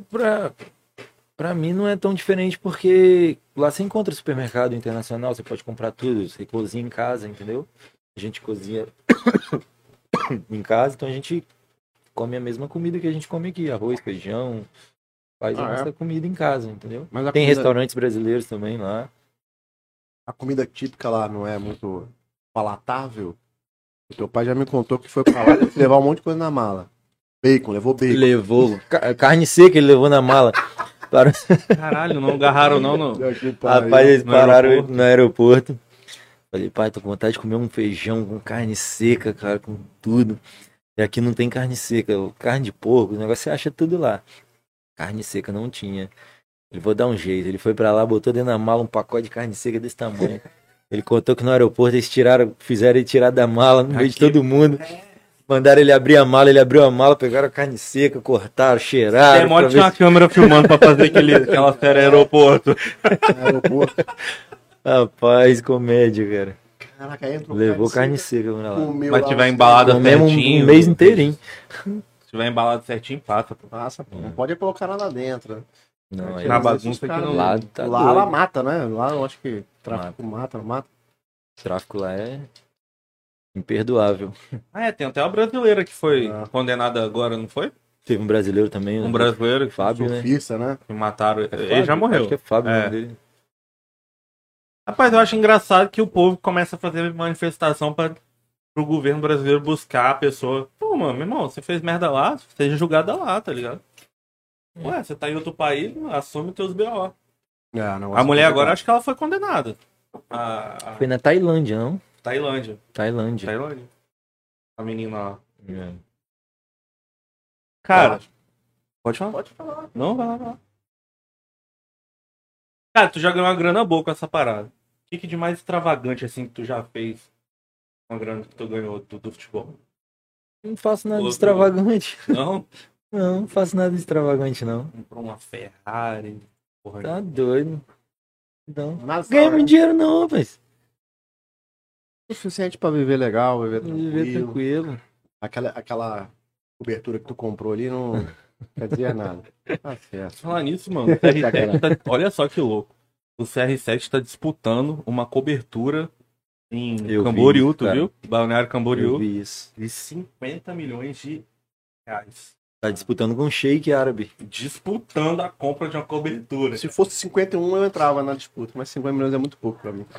pra mim não é tão diferente, porque lá você encontra supermercado internacional, você pode comprar tudo, você cozinha em casa, entendeu? A gente cozinha em casa, então a gente come a mesma comida que a gente come aqui, arroz, feijão, faz a nossa comida em casa, entendeu? Mas a Tem comida, restaurantes brasileiros também lá. a comida típica lá não é muito palatável? O teu pai já me contou que foi pra lá e levar um monte de coisa na mala. Bacon, levou bacon. Levou carne seca, ele levou na mala. Para... Caralho, não agarraram não. Rapaz, eles no pararam aeroporto. no aeroporto. Falei, pai, tô com vontade de comer um feijão com carne seca, cara, com tudo. E aqui não tem carne seca, carne de porco, o negócio você acha tudo lá. Carne seca não tinha. Ele vou dar um jeito. Ele foi pra lá, botou dentro da mala um pacote de carne seca desse tamanho. Ele contou que no aeroporto eles fizeram ele tirar da mala no meio de Aqui. todo mundo. Mandaram ele abrir a mala, ele abriu a mala, pegaram a carne seca, cortaram, cheiraram. Tem pra ver tinha uma câmera filmando pra fazer aquela série aeroporto. Aeroporto. Rapaz, comédia, cara. Caraca, aí entrou Levou carne seca pra lá. comeu Mas lá tiver uns- embalada Comemos certinho. um mês inteirinho. Se tiver embalado certinho, passa. Pô. Passa, pô. Não pode colocar nada dentro. Né? Não, aí Na Às vezes bagunça os que caras- não- lá tá lá doido. ela mata, né? Lá eu acho que tráfico mata, não mata. O tráfico lá é imperdoável. Ah, é, tem até uma brasileira que foi Ah. condenada agora, não foi? Teve um brasileiro também, Um o brasileiro que Fábio, né? Surfista, né? mataram. Ele Fábio, já morreu. Acho que é Fábio o É. nome dele. Rapaz, eu acho engraçado que o povo começa a fazer manifestação pro governo brasileiro buscar a pessoa. Pô, mano, meu irmão, você fez merda lá, seja julgada lá, tá ligado? Ué, você tá em outro país, assume teus B.O. A mulher agora, acho que ela foi condenada. A Foi na Tailândia, não? Tailândia. Tailândia. Tailândia. A menina lá. É. Cara, pode falar? Pode falar. Não, vai lá, vai lá. Cara, tu já ganhou uma grana boa com essa parada. O que de mais extravagante, assim, que tu já fez com a grana que tu ganhou do futebol? Não faço nada de Outro- extravagante. Não? Não faço nada de extravagante, não. Comprou uma Ferrari. Porra, Tá doido. Não. Mas Ganha muito dinheiro não, rapaz. o suficiente pra viver legal, viver Viver tranquilo. tranquilo. Aquela cobertura que tu comprou ali não quer dizer nada. Tá certo. Falar nisso, mano, o CR7 olha só que louco. O CR7 tá disputando uma cobertura em Eu vi Camboriú, isso, tu cara. viu? Balneário Eu Camboriú. vi isso. De 50 milhões de reais. Tá disputando com o Sheik árabe. Disputando a compra de uma cobertura. Se fosse 51, eu entrava na disputa, mas 50 milhões é muito pouco pra mim.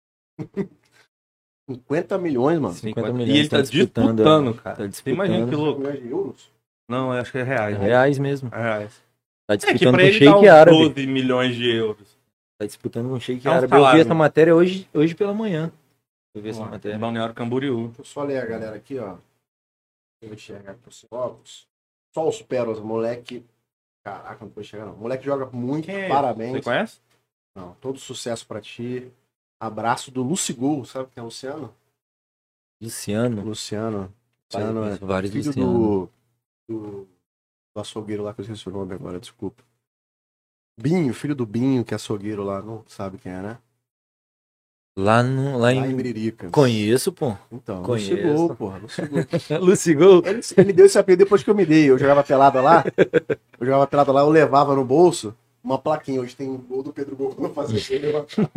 50 milhões, mano. 50 E milhões ele tá disputando, cara. Tá Você disputando. imagina que louco. 50 milhões de euros? Não, eu acho que é reais. né? Reais mesmo. É reais. Tá É que disputando pra com o ele dá Sheik uns árabe. 12 milhões de euros. Tá disputando com o Sheik É um árabe. Eu vi salário, essa mano. matéria hoje pela manhã. Eu vi essa Vamos lá, matéria. Balneário Camboriú. Deixa eu só ler a galera aqui, ó. Eu vou enxergar aqui os óculos. Só os pérolas, moleque. Caraca, não pode chegar não. Moleque joga muito, Quem é parabéns. Você conhece? Não, todo sucesso pra ti. Abraço do Lucigol, sabe quem é o Luciano? Luciano. Luciano Pai, é vários filho Luciano. do açougueiro lá, que eu esqueci o nome agora, desculpa. Binho, filho do Binho, que é açougueiro lá, não sabe quem é, né? Lá Lá em em... Miriricas. Conheço, pô. Então, Conheço. Lucigol, porra, Lucigol. Lucigol. Ele deu esse apelido depois que eu me dei. Eu jogava pelada lá. Eu levava no bolso uma plaquinha. Hoje tem gol do Pedro Gol quando eu fazia isso. Eu levantava.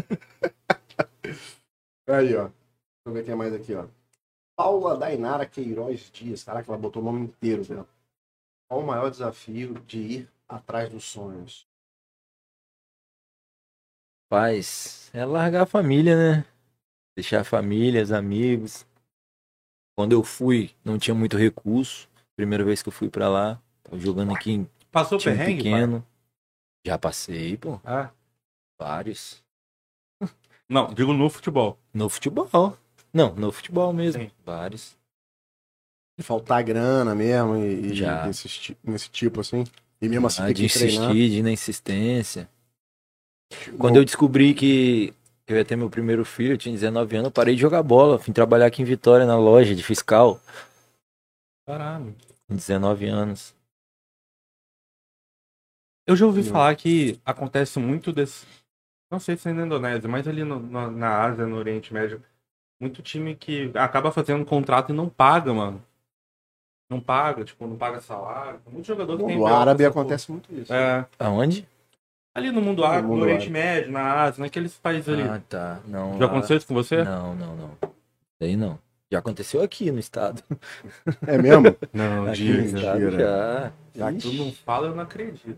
Aí, ó. Deixa eu ver quem é mais aqui, ó. Paula Dainara Queiroz Dias. Caraca, ela botou o nome inteiro dela. Qual o maior desafio de ir atrás dos sonhos? Paz, é largar a família, né? Deixar a família, os amigos. Quando eu fui, não tinha muito recurso. Primeira vez que eu fui pra lá. Tava jogando aqui em Passou time perrengue, pequeno. Já passei, pô. pai? Ah. Vários. Não, digo no futebol. No futebol. Não, no futebol mesmo. Sim. Vários. Faltar grana mesmo e Já. nesse tipo assim. E mesmo assim Ah, tem de que treinar. insistir, de ir na insistência. Quando eu descobri que eu ia ter meu primeiro filho, eu tinha 19 anos, eu parei de jogar bola. Fui trabalhar aqui em Vitória, na loja de fiscal. Caralho. Com 19 anos. Eu já ouvi falar que acontece muito desse. Não sei se é na Indonésia, mas ali na Ásia, no Oriente Médio. Muito time que acaba fazendo contrato e não paga, mano. Não paga, tipo, não paga salário. Muito jogador que No tem mundo BO árabe dessa acontece muito isso. porra. É. Aonde? Ali no mundo árabe, no mundo Oriente árabe. Médio, na Ásia, naqueles países ali. Ah, tá. Não, Já lá- aconteceu isso com você? Não. Daí não. Já aconteceu aqui no estado. É mesmo? Não, Aqui no estado mentira. já. Já que tu não fala, eu não acredito.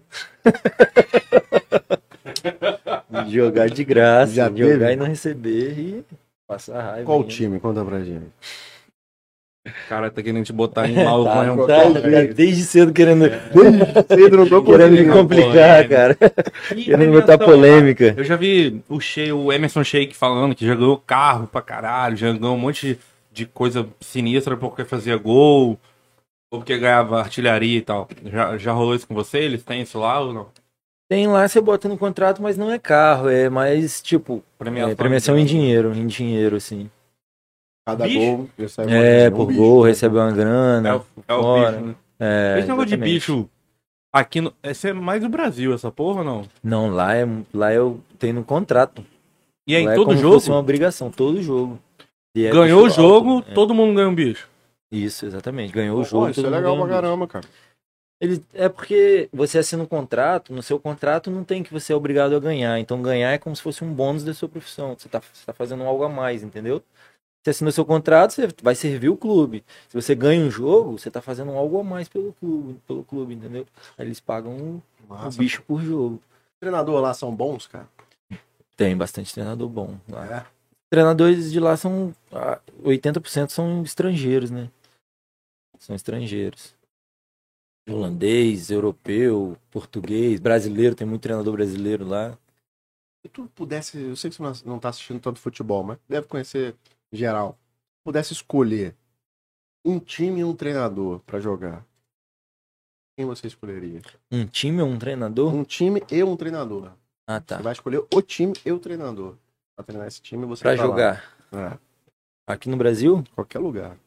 Jogar de graça, Já jogar teve? e não receber e passar raiva. Qual ainda. time? Conta pra gente. O cara tá querendo te botar em mal, Tá, não. tá desde cedo querendo, Cedo não tô querendo me conseguindo. complicar, cara. Querendo botar polêmica. Eu já vi o Emerson Sheik falando que já ganhou carro pra caralho, já ganhou um monte de coisa sinistra porque fazia gol, ou porque ganhava artilharia e tal. Já rolou isso com você? Eles têm isso lá ou não? Tem lá, você bota no contrato, mas não é carro, é mais tipo premiação em dinheiro, assim. Cada Bicho? gol recebe É, um por bicho, gol, né? recebe uma É grana. o fora. bicho, né? É, Esse negócio de exatamente. bicho aqui no. Esse é mais do Brasil, essa porra, ou não? Não, lá eu tenho no contrato. E é em Lá todo como se jogo? fosse uma obrigação, todo jogo. E é Ganhou o custo alto, jogo, né? todo mundo ganha um bicho. Isso, exatamente. Ganhou o Pô, jogo. isso é todo mundo legal ganha pra um bicho. caramba, cara. É porque você assina um contrato, no seu contrato não tem que você é obrigado a ganhar. Então ganhar é como se fosse um bônus da sua profissão. Você tá fazendo algo a mais, entendeu? Você assina o seu contrato, você vai servir o clube. Se você ganha um jogo, você tá fazendo algo a mais pelo clube, entendeu? Aí eles pagam um Massa. bicho por jogo. Os treinadores lá são bons, cara? Tem bastante treinador bom lá. É. Treinadores de lá são 80% são estrangeiros, né? São estrangeiros. Holandês, europeu, português, brasileiro, tem muito treinador brasileiro lá. Se tu pudesse, eu sei que você não tá assistindo tanto futebol, mas deve conhecer geral. Se pudesse escolher um time e um treinador pra jogar, quem você escolheria? Um time ou um treinador? Um time e um treinador. Ah, tá. Você vai escolher o time e o treinador. Pra treinar esse time, você Pra tá lá. jogar. É, Aqui no Brasil, qualquer lugar.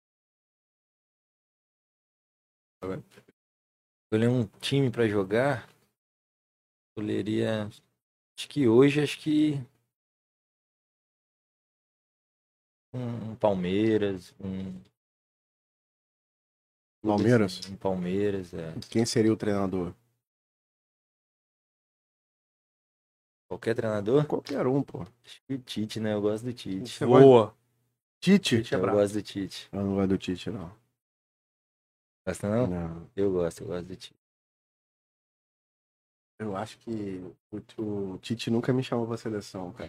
escolher um time pra jogar, escolheria. Acho que um Palmeiras, um Palmeiras? Em Palmeiras, Quem seria o treinador? Qualquer treinador? Qualquer um, pô. Acho que o Tite, né? Eu gosto do Tite. Você gosta- Boa. Tite? Tite é Eu brabo. gosto do Tite. Eu não gosto do Tite, não. Gosta não? Não. Eu gosto do Tite. Eu acho que o Tite nunca me chamou pra seleção, cara.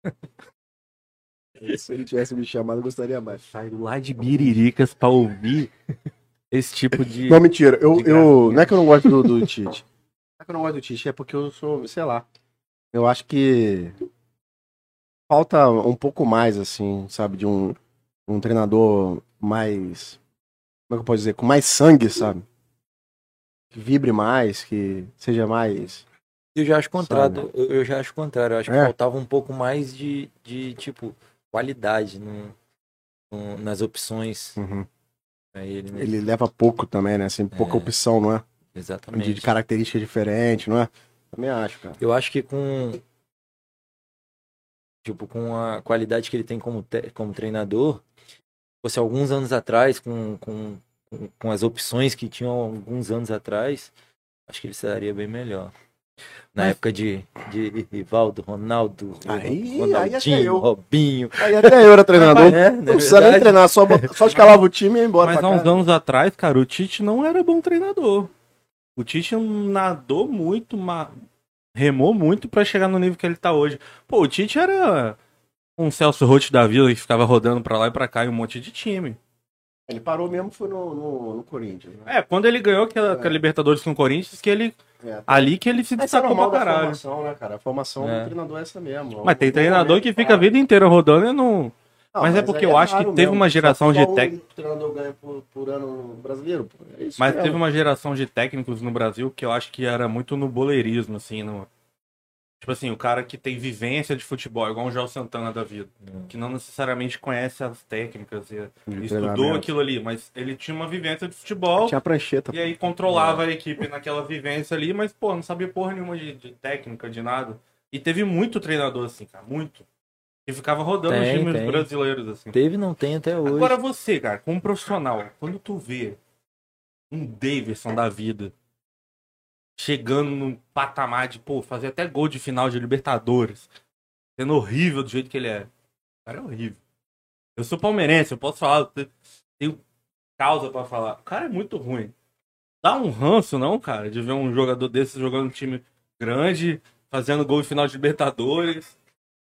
Se ele tivesse me chamado, eu gostaria mais. Sai lá de Biriricas pra ouvir esse tipo de... Não, mentira. de gracinha. Não é que eu não gosto do Tite. Não é que eu não gosto do Tite, é porque eu sou, sei lá. Eu acho que falta um pouco mais, assim, sabe, de um treinador mais. Como é que eu posso dizer? Com mais sangue, sabe? Que vibre mais, que seja mais. Eu já acho o contrário. Eu já acho o contrário. Eu acho que É? faltava um pouco mais de tipo, qualidade nas opções pra ele, né? Ele leva pouco também, né? Assim, pouca opção, não é? Exatamente. De característica diferente, não é? Também acho, cara. Eu acho que com a qualidade que ele tem como treinador, fosse alguns anos atrás, com as opções que tinham alguns anos atrás, acho que ele estaria bem melhor. Na época de Rivaldo, Ronaldo, Aí até Ronaldinho, eu. Robinho. Aí até eu era treinador. É, Não precisa nem treinar, só escalava o time e ia embora. Mas pra há uns casa. anos atrás, cara, o Tite não era bom treinador. O Tite nadou muito, remou muito pra chegar no nível que ele tá hoje. Pô, o Tite era um Celso Roth da vida que ficava rodando pra lá e pra cá em um monte de time. Ele parou mesmo, foi no Corinthians. Né? É, quando ele ganhou aquela Libertadores com o Corinthians, que ele ali que ele se Essa é destacou normal pra da caralho. formação, né, cara? A formação do treinador é essa mesmo. Mas tem No treinador momento, que fica a cara. vida inteira rodando e não... Não, mas é porque aí eu acho que raro teve mesmo. uma geração de Só técnicos. um treinador ganha por ano brasileiro. Pô. É isso Mas mesmo. teve uma geração de técnicos no Brasil que eu acho que era muito no boleirismo, assim, tipo assim, o cara que tem vivência de futebol, igual o João Santana da vida, que não necessariamente conhece as técnicas e estudou treinamento. aquilo ali, mas ele tinha uma vivência de futebol Tinha prancheta. e aí controlava a equipe naquela vivência ali, mas, pô, não sabia porra nenhuma de técnica, de nada. E teve muito treinador assim, cara, muito. Que ficava rodando os times Tem. brasileiros, assim. Teve, não tem até hoje. Agora você, cara, como profissional, quando tu vê um Davidson da vida chegando num patamar de, pô, fazer até gol de final de Libertadores, sendo horrível do jeito que ele é. O cara é horrível. Eu sou palmeirense, eu posso falar, eu tenho causa pra falar. O cara é muito ruim. Dá um ranço, não, cara, de ver um jogador desse jogando um time grande, fazendo gol em final de Libertadores.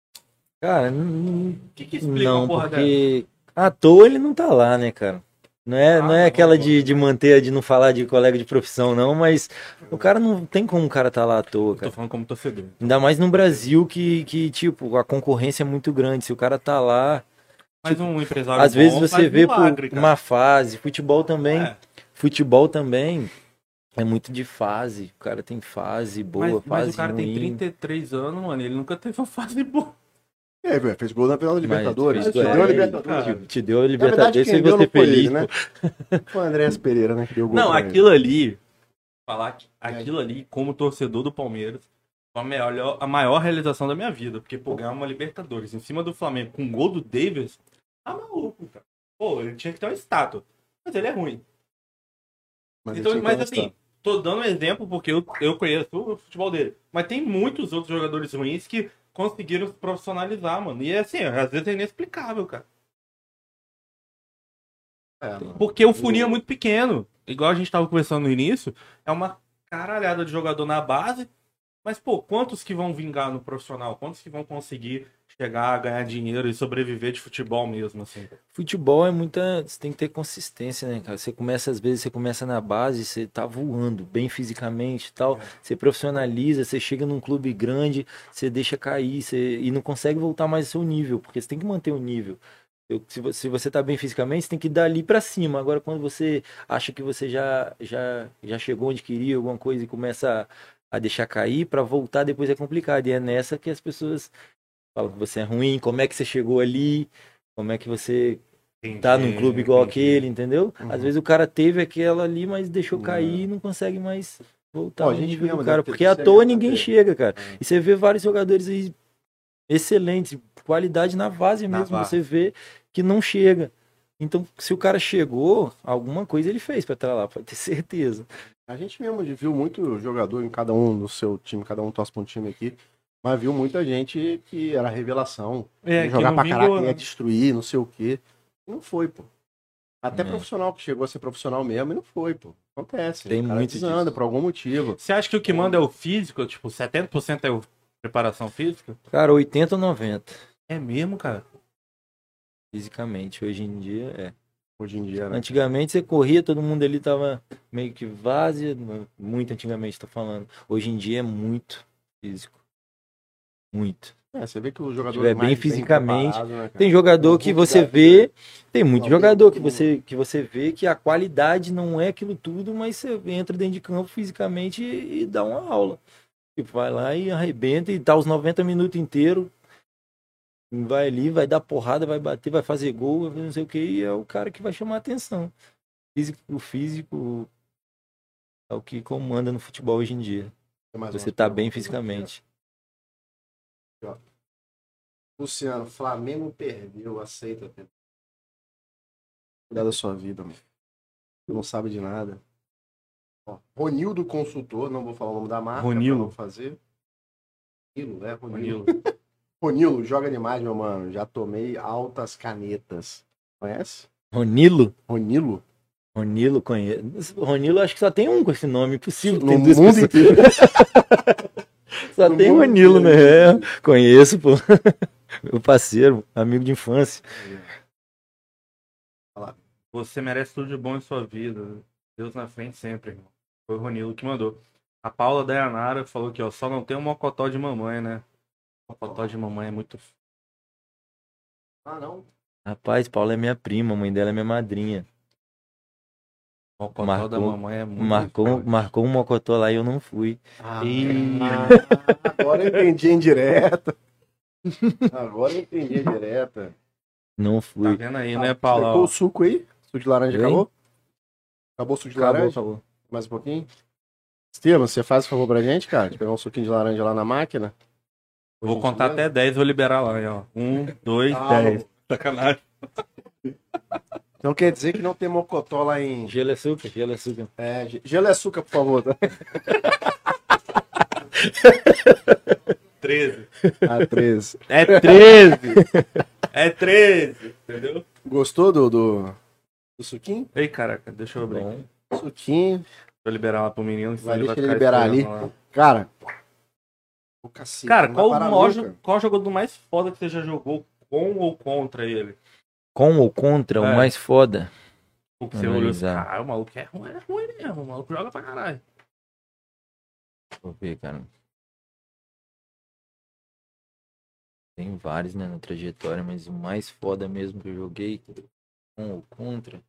Cara, O que explica não, uma porra dessa? porque à toa ele não tá lá, né, cara? Não é aquela de manter, de não falar de colega de profissão, não, mas o cara não tem como o cara tá lá à toa, Eu tô cara. falando como torcedor. Ainda mais no Brasil que, tipo, a concorrência é muito grande. Se o cara tá lá, Mas um empresário às vezes bom você faz vê milagre, por cara. uma fase. Futebol também. É. Futebol também é muito de fase. O cara tem fase boa, Mas fase o cara tem ruim. 33 anos, mano. Ele nunca teve uma fase boa. É, velho, fez gol na final da Libertadores. Mas Te fez deu a gol, Libertadores. cara. Te deu a Na verdade, Libertadores, quem e deu você não foi feliz. ele, né? Foi o Andréas Pereira, né? Que deu gol Não, pra ele. aquilo ali, falar que aquilo ali, como torcedor do Palmeiras, foi a maior realização da minha vida. Porque, pô, ganhar uma Libertadores em cima do Flamengo com um gol do Davis, tá maluco, cara. Pô, ele tinha que ter uma estátua. Mas ele é ruim. Então, ele mas tinha assim, tô dando um exemplo porque eu conheço o futebol dele. Mas tem muitos outros jogadores ruins que conseguiram se profissionalizar, mano. E assim, às vezes é inexplicável, cara. mano. Porque o funil é muito pequeno. Igual a gente tava conversando no início, é uma caralhada de jogador na base. Mas, pô, quantos que vão vingar no profissional? Quantos que vão conseguir chegar a ganhar dinheiro e sobreviver de futebol mesmo, assim? Futebol é muita. Você tem que ter consistência, né, cara? Você começa, às vezes, você começa na base, você tá voando bem fisicamente e tal. Você profissionaliza, você chega num clube grande, você deixa cair, e não consegue voltar mais ao seu nível, porque você tem que manter o nível. Se você tá bem fisicamente, você tem que ir dali pra cima. Agora, quando você acha que você já chegou onde queria, alguma coisa, e começa a deixar cair, pra voltar depois é complicado. E é nessa que as pessoas falam que você é ruim, como é que você chegou ali, como é que você tá num clube igual aquele, entendeu? Às vezes o cara teve aquela ali, mas deixou cair e não consegue mais voltar Ó, ao a gente nível mesmo do deve cara. ter Porque à chegado toa até ninguém ele. chega, cara. E você vê vários jogadores aí excelentes, qualidade na base Na mesmo, base. você vê que não chega. Então, se o cara chegou, alguma coisa ele fez pra estar lá, pode ter certeza. A gente mesmo viu muito jogador em cada um do seu time, cada um torce pra um time aqui, mas viu muita gente que era revelação, É, ia que jogar não pra vingou, caraca, né? ia destruir, não sei o quê. E não foi, pô. Até É. profissional que chegou a ser profissional mesmo e não foi, pô. Acontece. Tem o cara muito desanda disso. por algum motivo. Você acha que o que manda é o físico? Tipo, 70% é o preparação física? Cara, 80 ou 90, É mesmo, cara? fisicamente. Hoje em dia, é. Hoje em dia, né? Antigamente você corria, todo mundo ali tava meio que várzea, muito antigamente, tô falando. Hoje em dia é muito físico. Muito. É, você vê que o jogador Tiver bem mais fisicamente. preparado, né, cara? Tem jogador que Hulk você dá- vê, tem muito Hulk jogador dá- que você vê que a qualidade não é aquilo tudo, mas você entra dentro de campo fisicamente e dá uma aula. E vai lá e arrebenta e dá os 90 minutos inteiros. Vai ali, vai dar porrada, vai bater, vai fazer gol, vai fazer não sei o que, e é o cara que vai chamar a atenção. O físico é o que comanda no futebol hoje em dia. Tem mais Você uma tá pergunta? bem fisicamente. Luciano, Flamengo perdeu, aceita. Cuidar da sua vida, mano. Você não sabe de nada. Ó, Ronildo Consultor, não vou falar o nome da marca. Ronilo. Pra não fazer. Ronilo, é Ronilo. Ronilo. Ronilo, joga demais, meu mano. Já tomei altas canetas. Conhece? Ronilo? Ronilo? Ronilo, conheço. Ronilo, acho que só tem um com esse nome. Impossível. No Tem duas mundo pessoas. inteiro. Só No tem mundo Ronilo, né? inteiro. É, conheço, pô. Meu parceiro, amigo de infância. Você merece tudo de bom em sua vida. Deus na frente sempre, irmão. Foi o Ronilo que mandou. A Paula Dayanara falou que, ó, só não tem um mocotó de mamãe, né? Mocotó de mamãe é muito... Ah, não. Rapaz, Paula é minha prima, a mãe dela é minha madrinha. Mocotó Marcou- da mamãe é muito... Marcou um mocotó lá e eu não fui. Ah, Ih. agora eu entendi em direta. Agora eu entendi em direta. Não Tá fui. vendo aí, né, Paula? Secou o suco aí? Suco de laranja Oi? acabou? Acabou o suco de Acabou, laranja? acabou. Mais um pouquinho? Estevam, você faz o favor pra gente, cara? De pegar um suquinho de laranja lá na máquina? Vou contar até 10, vou liberar lá, ó. 1, 2, Ah, 10. Sacanagem. Então quer dizer que não tem mocotó lá em... Gelo é açúcar, gelo é açúcar. É, gelo e açúcar, por favor. Tá? 13. Ah, 13. É 13! É 13! Entendeu? Gostou do suquinho? Ei, caraca, deixa eu abrir. Bom. Suquinho. Deixa eu liberar lá pro menino. senão Vai, deixa ficar ele liberar ali. esperando lá. Cara. O cacete. Cara, não qual vai o parar maior, nunca. qual jogador mais foda que você já jogou com ou contra ele? Com ou contra, É. o mais foda. O que você olhou assim, Analisar. cara, o maluco é ruim mesmo, o maluco joga pra caralho. Deixa eu ver, cara. Tem vários, né, na trajetória, mas o mais foda mesmo que eu joguei, com ou contra.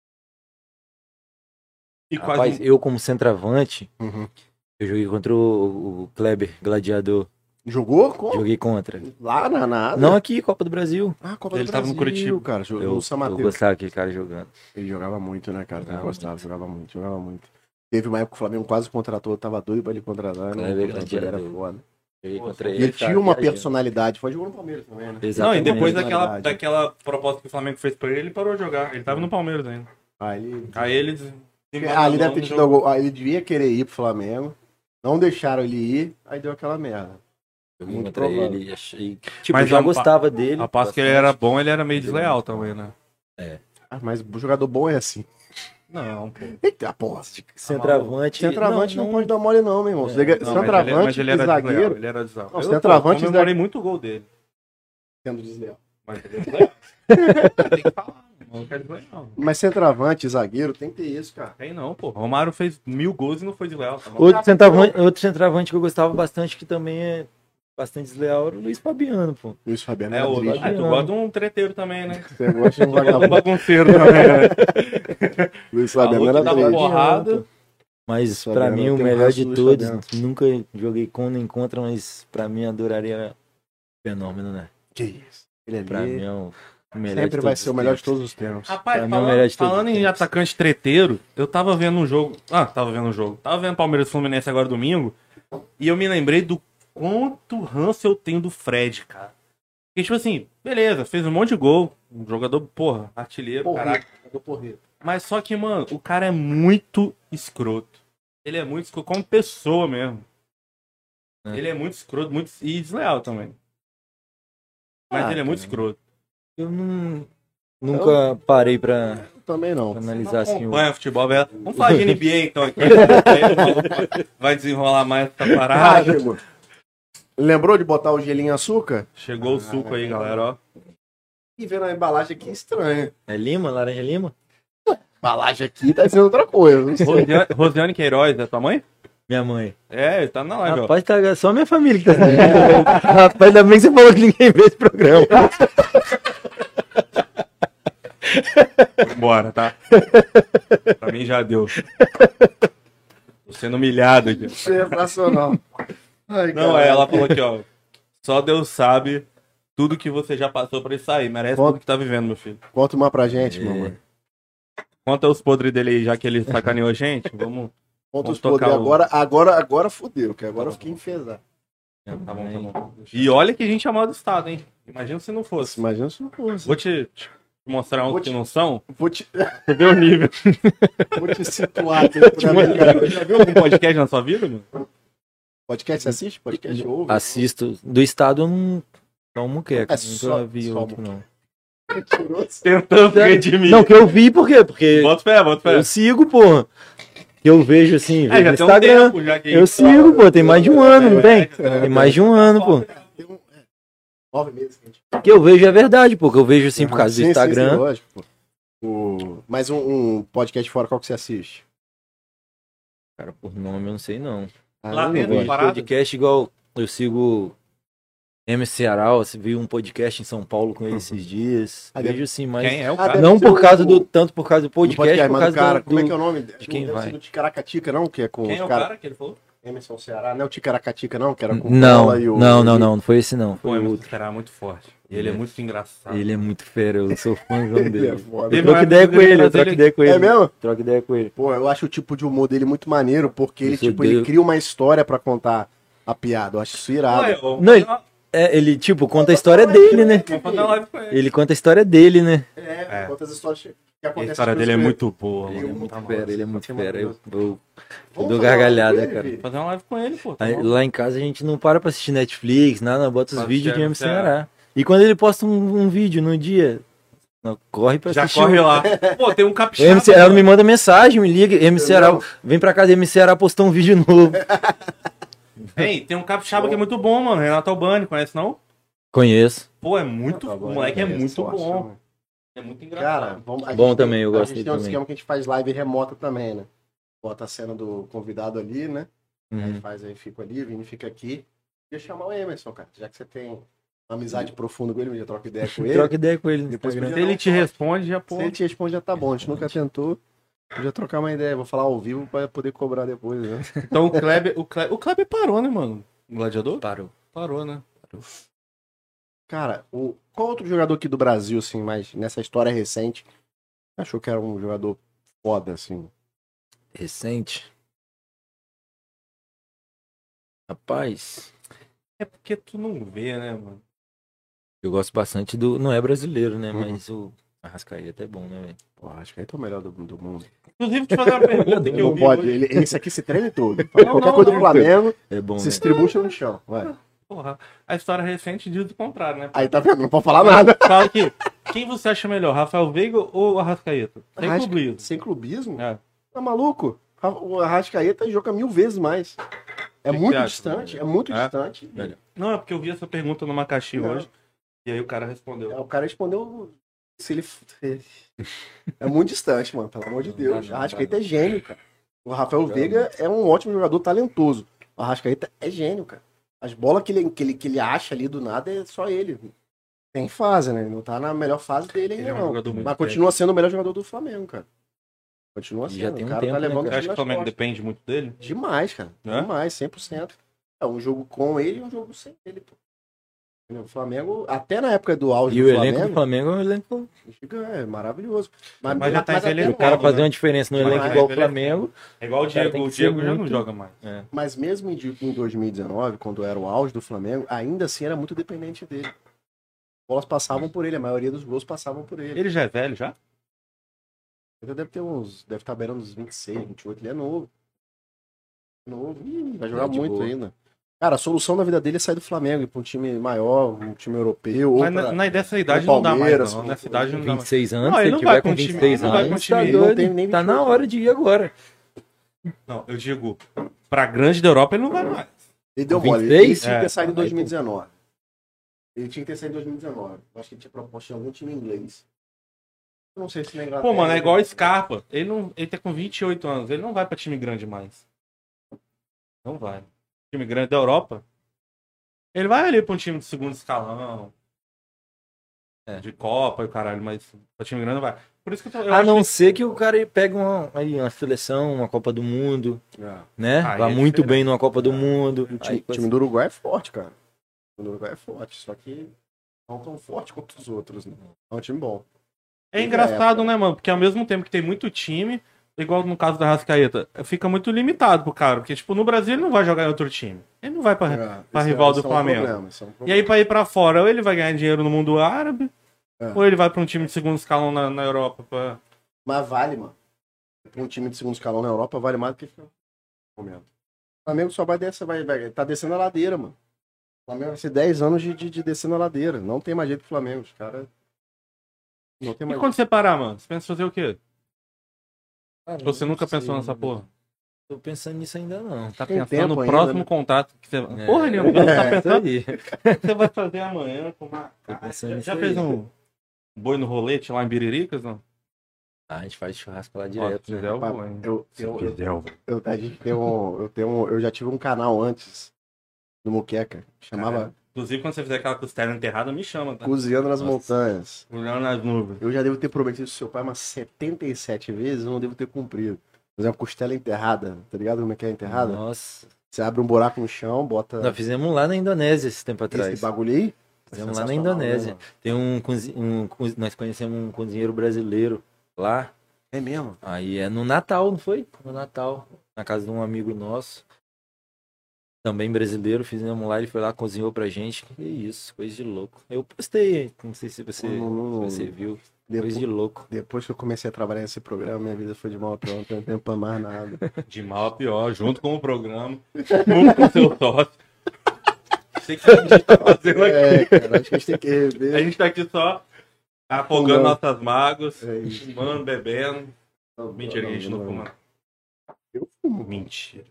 E Rapaz, quase. eu como centroavante, Uhum. eu joguei contra o Kleber, gladiador. Jogou? Como? Joguei contra. Lá na nada? Não aqui, Copa do Brasil. Ah, Copa Ele do tava no Brasil, Curitiba. cara. Jogou Eu, no São eu Mateus. gostava daquele cara jogando. Ele jogava muito, né, cara? Eu Jogava gostava, jogava muito. Teve uma época que o Flamengo quase contratou, tava doido pra ele contratar, né? Kleber, O Gladiador era gladiador. foda. Joguei Pô, contra E ele. ele tinha tava uma viajando. personalidade. Foi jogando no Palmeiras também, né? Não, e Exatamente. depois Personalidade. daquela proposta que o Flamengo fez pra ele parou de jogar. Ele tava no Palmeiras ainda. Aí Aí ele. ele deve ter tido algum... Ele devia querer ir pro Flamengo. Não deixaram ele ir, aí deu aquela merda. Joguei Muito contra provável. ele e achei. Tipo, Mas eu já a- gostava dele. Após que ele era bom, ele era meio desleal também, né? Ah, mas o jogador bom é assim. Não, pô. Eita, porra. Centroavante. Centroavante não pode dar mole não, meu irmão. É. Não, Centroavante mas ele e era desleal. zagueiro, Ele era desleal. Não, Eu, centroavante pô, comemorei muito o gol dele. sendo desleal. Mas ele é desleal. Tem que falar, o maluco é desleal. Mas centroavante e zagueiro tem que ter isso, cara. Tem não, pô. Romário fez 1000 gols e não foi desleal. Tá bom? Outro centroavante que eu gostava bastante, que também é bastante desleal, era o Luiz Fabiano, pô. Luiz Fabiano É era o. triste. Ah, tu gosta de um treteiro também, né? Você gosta de um Tu gosta de um vagabundo. bagunceiro também, né? Luiz Fabiano Falou era que dava triste. porrada. Mas Luiz pra Fabiano, mim eu o tenho melhor raço de do Luiz todos, Fabiano. nunca joguei com nem contra, mas pra mim adoraria fenômeno, né? Que isso. Ele Pra ali mim é o melhor sempre de vai todos ser o os melhor de tempos. todos os tempos. Rapaz, Pra mim é o melhor de todos falando os em tempos. atacante treteiro, eu tava vendo um jogo. Tava vendo Palmeiras e Fluminense agora domingo. E eu me lembrei do quanto ranço eu tenho do Fred, cara. E tipo assim, beleza, fez um monte de gol. Um jogador, porra, artilheiro, caraca. Porreta. Mas só que, mano, o cara é muito escroto. Ele é muito escroto, como pessoa mesmo. É. Ele é muito escroto, muito e desleal também. Mas ele é muito escroto. Eu nunca parei pra Também não. analisar assim. Acompanha futebol, velho. Vamos falar de NBA então aqui. Vai desenrolar mais essa parada. Chegou. Lembrou de botar o gelinho em açúcar? Chegou o suco aí, galera, ó. E vendo a embalagem aqui estranha. É lima? Laranja lima? A embalagem aqui tá sendo outra coisa. Não sei. Rosiane Queiroz, é tua mãe? Minha mãe. É, tá na live, ó. Rapaz, tá só minha família que tá assistindo. Rapaz, ainda bem que você falou que ninguém vê esse programa. Bora, tá? Pra mim já deu. Tô sendo humilhado aqui. Sensacional. Ai, Não, caralho. ela falou aqui, ó. Só Deus sabe tudo que você já passou pra isso aí. Merece tudo que tá vivendo, meu filho. Conta uma pra gente, meu amor. Conta os podres dele aí, já que ele sacaneou a gente. Vamos. Conta os Vamos podres. tocar Agora fudeu, que agora eu fiquei enfesado. Tá bom, tá bom. E olha que a gente é mal do estado, hein? Imagina se não fosse. Imagina se não fosse. Vou te mostrar uns Vou que te- não são. Vou te, Você vê o nível. vou te situar. Cara. Já viu algum podcast na sua vida, mano? Podcast você assiste? Podcast ouve? Assisto. Do estado eu não. Só um muqueca. É Nunca só- vi só outro, não. Mentiroso. Tentando redimir. Não, que eu vi, por quê? Porque Bota fé, bota fé. eu sigo, porra. Que eu vejo assim, vejo no já tem um Instagram. tempo já que Eu sigo, pô, tem mais de um ano, não tem? É. Tem mais de um ano, pô. Tem 9 meses que a gente... O que eu vejo é verdade, pô. Que eu vejo assim por causa do Sim, sim, Instagram. sim, lógico, pô. Mas um podcast fora, qual que você assiste? Cara, por nome eu não sei não. Lá eu não dentro, gosto. parado. Podcast igual eu sigo MC Aral, você viu um podcast em São Paulo com ele esses dias. Ah, Vejo assim, mas Quem é o Ah, cara? deve não ser por causa o- do tanto por causa do No podcast, por mas causa o cara, do, como é que é o nome? de quem Deve vai. ser do Ticaracatica, não? Que é com Quem os é o caras... cara que ele falou? Emerson Ceará, não é o Ticaracatica, não? Que era com Não, Bola e o... não foi esse não, Pô, foi mas outro. esse cara é muito forte. E ele é muito engraçado. Ele é muito fera, eu sou fãzão Ele é dele. foda. Eu Teve troco uma ideia época com que ele, eu ele- troco ideia com ele. É mesmo? Troco ideia com ele. Pô, eu acho o tipo de humor dele muito maneiro, porque ele, Isso tipo, ele deu- cria uma história pra contar a piada. Eu acho isso irado. Ué, ó, Não, ele tipo conta a história dele, né? Vamos fazer uma live com ele. Ele conta a história dele, né? É. Conta as histórias que A acontecem. história com dele é os muito boa, Ele é mano. muito Tá fera, massa. ele é muito Tá fera. Eu Vamos dou fazer uma gargalhada, live com cara. ele, Fazer uma live com ele, pô. Tá Aí, bom. lá em casa a gente não para pra assistir Netflix, nada, bota os Mas vídeos de quer- MC Ceará. E quando ele posta um vídeo no dia, não, corre pra Já assistir. corre lá. Pô, tem um O capixaba. MC Ceará me manda mensagem, me liga, MC Ceará, vem pra casa, MC Ceará postou um vídeo novo. Ei, tem um capixaba que é muito bom, mano. Renato Albani, conhece não? Conheço. Pô, é muito. Tá O bom, moleque é né? muito Sorte, bom. né? É muito Cara, engraçado. vamos, a Bom gente também, eu tem, gosto A gente dele tem um também. esquema que a gente faz live remota também, né? Bota a cena do convidado ali, né? Aí Uhum. faz aí, fico ali, Vini fica aqui. Deixa eu chamar o Emerson, cara. Já que você tem uma amizade profunda com ele, já troca ideia com ele. Troca ideia com ele no Depois Instagram. Se ele te responde, já pô. Se ele te responde, já tá bom. A gente nunca tentou. Podia trocar uma ideia. Vou falar ao vivo pra poder cobrar depois, né? Então o Kleber parou, né, mano? O gladiador? Parou. Parou, né? Cara, qual outro jogador aqui do Brasil, assim, mais nessa história recente, achou que era um jogador foda, assim? Recente. Rapaz, É porque tu não vê, né, mano? eu gosto bastante do. Não é brasileiro, né? Uhum. Mas o Arrascaeta é bom, né, velho? Pô, acho que aí tá o melhor do mundo. Inclusive, te fazer uma pergunta que eu Não vi pode, hoje. esse aqui se treme todo. Qualquer não, coisa do não. Flamengo, É bom, se né? distribuixa no chão. Vai. Porra, a história recente diz o contrário, né? Aí tá vendo? Não pode falar nada. Fala aqui, quem você acha melhor, Rafael Veiga ou Arrascaeta? Sem clubismo. Sem clubismo? É. Tá maluco? O Arrascaeta joga 1000 vezes mais. É que muito você acha, distante, velho? é muito É? distante. Velho. Não, é porque eu vi essa pergunta numa caixinha Não. hoje. E aí o cara respondeu. O cara respondeu se ele. É muito distante, mano. Pelo amor de Deus. não, Arrascaeta é gênio, cara. O Rafael Veiga é um ótimo jogador talentoso. O Arrascaeta é gênio, cara. As bolas que ele acha ali do nada é só ele. Tem fase, né? Ele não tá na melhor fase dele Ele ainda, é um não. jogador muito Mas continua sendo o melhor jogador do Flamengo, cara. Continua E sendo. já tem um o cara tempo, tá né, levando Você cara? acha que o nas Flamengo costas. depende muito dele? Demais, cara. É? Demais, 100%. É um jogo com ele e um jogo sem ele, pô. O Flamengo, até na época do auge E do o elenco do Flamengo, Flamengo é um elenco. é maravilhoso. Mas já tá até envelhecendo. O cara no- fazer uma diferença no Mas elenco é, igual o beleza. Flamengo. É igual o cara Diego. tem O que ser Diego já não muito- joga mais. É. Mas mesmo em 2019, quando era o auge do Flamengo, ainda assim era muito dependente dele. bolas passavam por ele, a maioria dos gols passavam por ele. Ele já é velho, já? Ele deve estar beirando uns 26, 28, ele é novo. Novo, vai jogar de muito boa. ainda. Cara, a solução da vida dele é sair do Flamengo, ir pra um time maior, um time europeu, ou Mas dessa idade pro não dá mais, Palmeiras, não. com- Nessa idade não dá mais. 26 anos, Não, se ele ele não tiver vai com com time, 26 ele não vai com anos, time, tá ele não doido. tem nem Tá 28. na hora de ir agora. Não, eu digo, pra grande da Europa ele não vai mais. Ele deu Com mole. 26? Ele tinha que ter É. saído em Aí, pô. 2019. Ele tinha que ter saído em 2019. Eu acho que ele tinha proposta em algum time inglês. Eu não sei se na Inglaterra. Pô, mano, é igual o Scarpa. Ele tá com 28 anos, ele não vai pra time grande mais. Não vai. Time grande da Europa. Ele vai ali pra um time de segundo escalão. É. De Copa e o caralho, mas pra time grande não vai. Por isso que eu A acho não que- ser que o cara pegue uma seleção, uma Copa do Mundo, É. né? Aí Vá é muito diferente. bem numa Copa do Mundo. O Aí, time do Uruguai é forte, cara. O time do Uruguai é forte, só que não tão forte quanto os outros. Né? É um time bom. É engraçado, né, mano? Porque ao mesmo tempo que tem muito time, igual no caso da Rascaeta, fica muito limitado pro cara. Porque, tipo, no Brasil ele não vai jogar em outro time. Ele não vai pra Esse rival esse do um Flamengo. problema, esse é um E problema. aí, pra ir pra fora, ou ele vai ganhar dinheiro no mundo árabe, É. ou ele vai pra um time de segundo escalão na Europa. Mas vale, mano. Pra um time de segundo escalão na Europa, vale mais do que fica no momento. O Flamengo só vai descer, tá descendo a ladeira, mano. O Flamengo vai ser 10 anos de descendo a ladeira. Não tem mais jeito pro Flamengo. Os caras. Não tem E mais quando você parar, mano? Você pensa em fazer o quê? Cara, Você não nunca sei, pensou nessa né? porra? Tô pensando nisso ainda não. Tá Tem pensando tempo no ainda, próximo né? contato que você... É. Porra nenhuma, você tá Isso pensando aí. o que você vai fazer amanhã com uma... Tô pensando Já nisso fez aí. um boi no rolete lá em Biriricas, não? Ah, a gente faz churrasco lá Ó, direto. se né? quiser eu Rapaz, vou, hein? Se quiser, a gente tem eu já tive um canal antes no Muqueca. Chamava Cara, inclusive, quando você fizer aquela costela enterrada, me chama, tá? Cozinhando nas Montanhas. Olhando nas nuvens. Eu já devo ter prometido isso ao seu pai umas 77 vezes, eu não devo ter cumprido. Fazer uma costela enterrada, tá ligado como é que é enterrada? Nossa. Você abre um buraco no chão, bota Nós fizemos lá na Indonésia esse tempo atrás. esse bagulho aí. Fizemos lá na Sensacional, Indonésia. né, Tem nós conhecemos um cozinheiro brasileiro lá. mano? É mesmo? Aí é no Natal, não foi? No Natal. Na casa de um amigo nosso. Também brasileiro. Fizemos lá, ele foi lá, cozinhou pra gente. Que isso, coisa de louco. Eu postei, não sei se você, Não. se você viu. Depois, Coisa de louco. depois que eu comecei a trabalhar nesse programa, minha vida foi de mal a pior, não tenho tempo pra mais nada. De mal a pior, junto com o programa, junto com o seu sócio. Sei que a gente tá fazendo aqui. É, cara, acho que a gente tem que rever. A gente tá aqui só afogando Não. nossas mágoas, É isso. fumando, bebendo. Não, Mentira, a gente não fuma. Eu fumo. Mentira.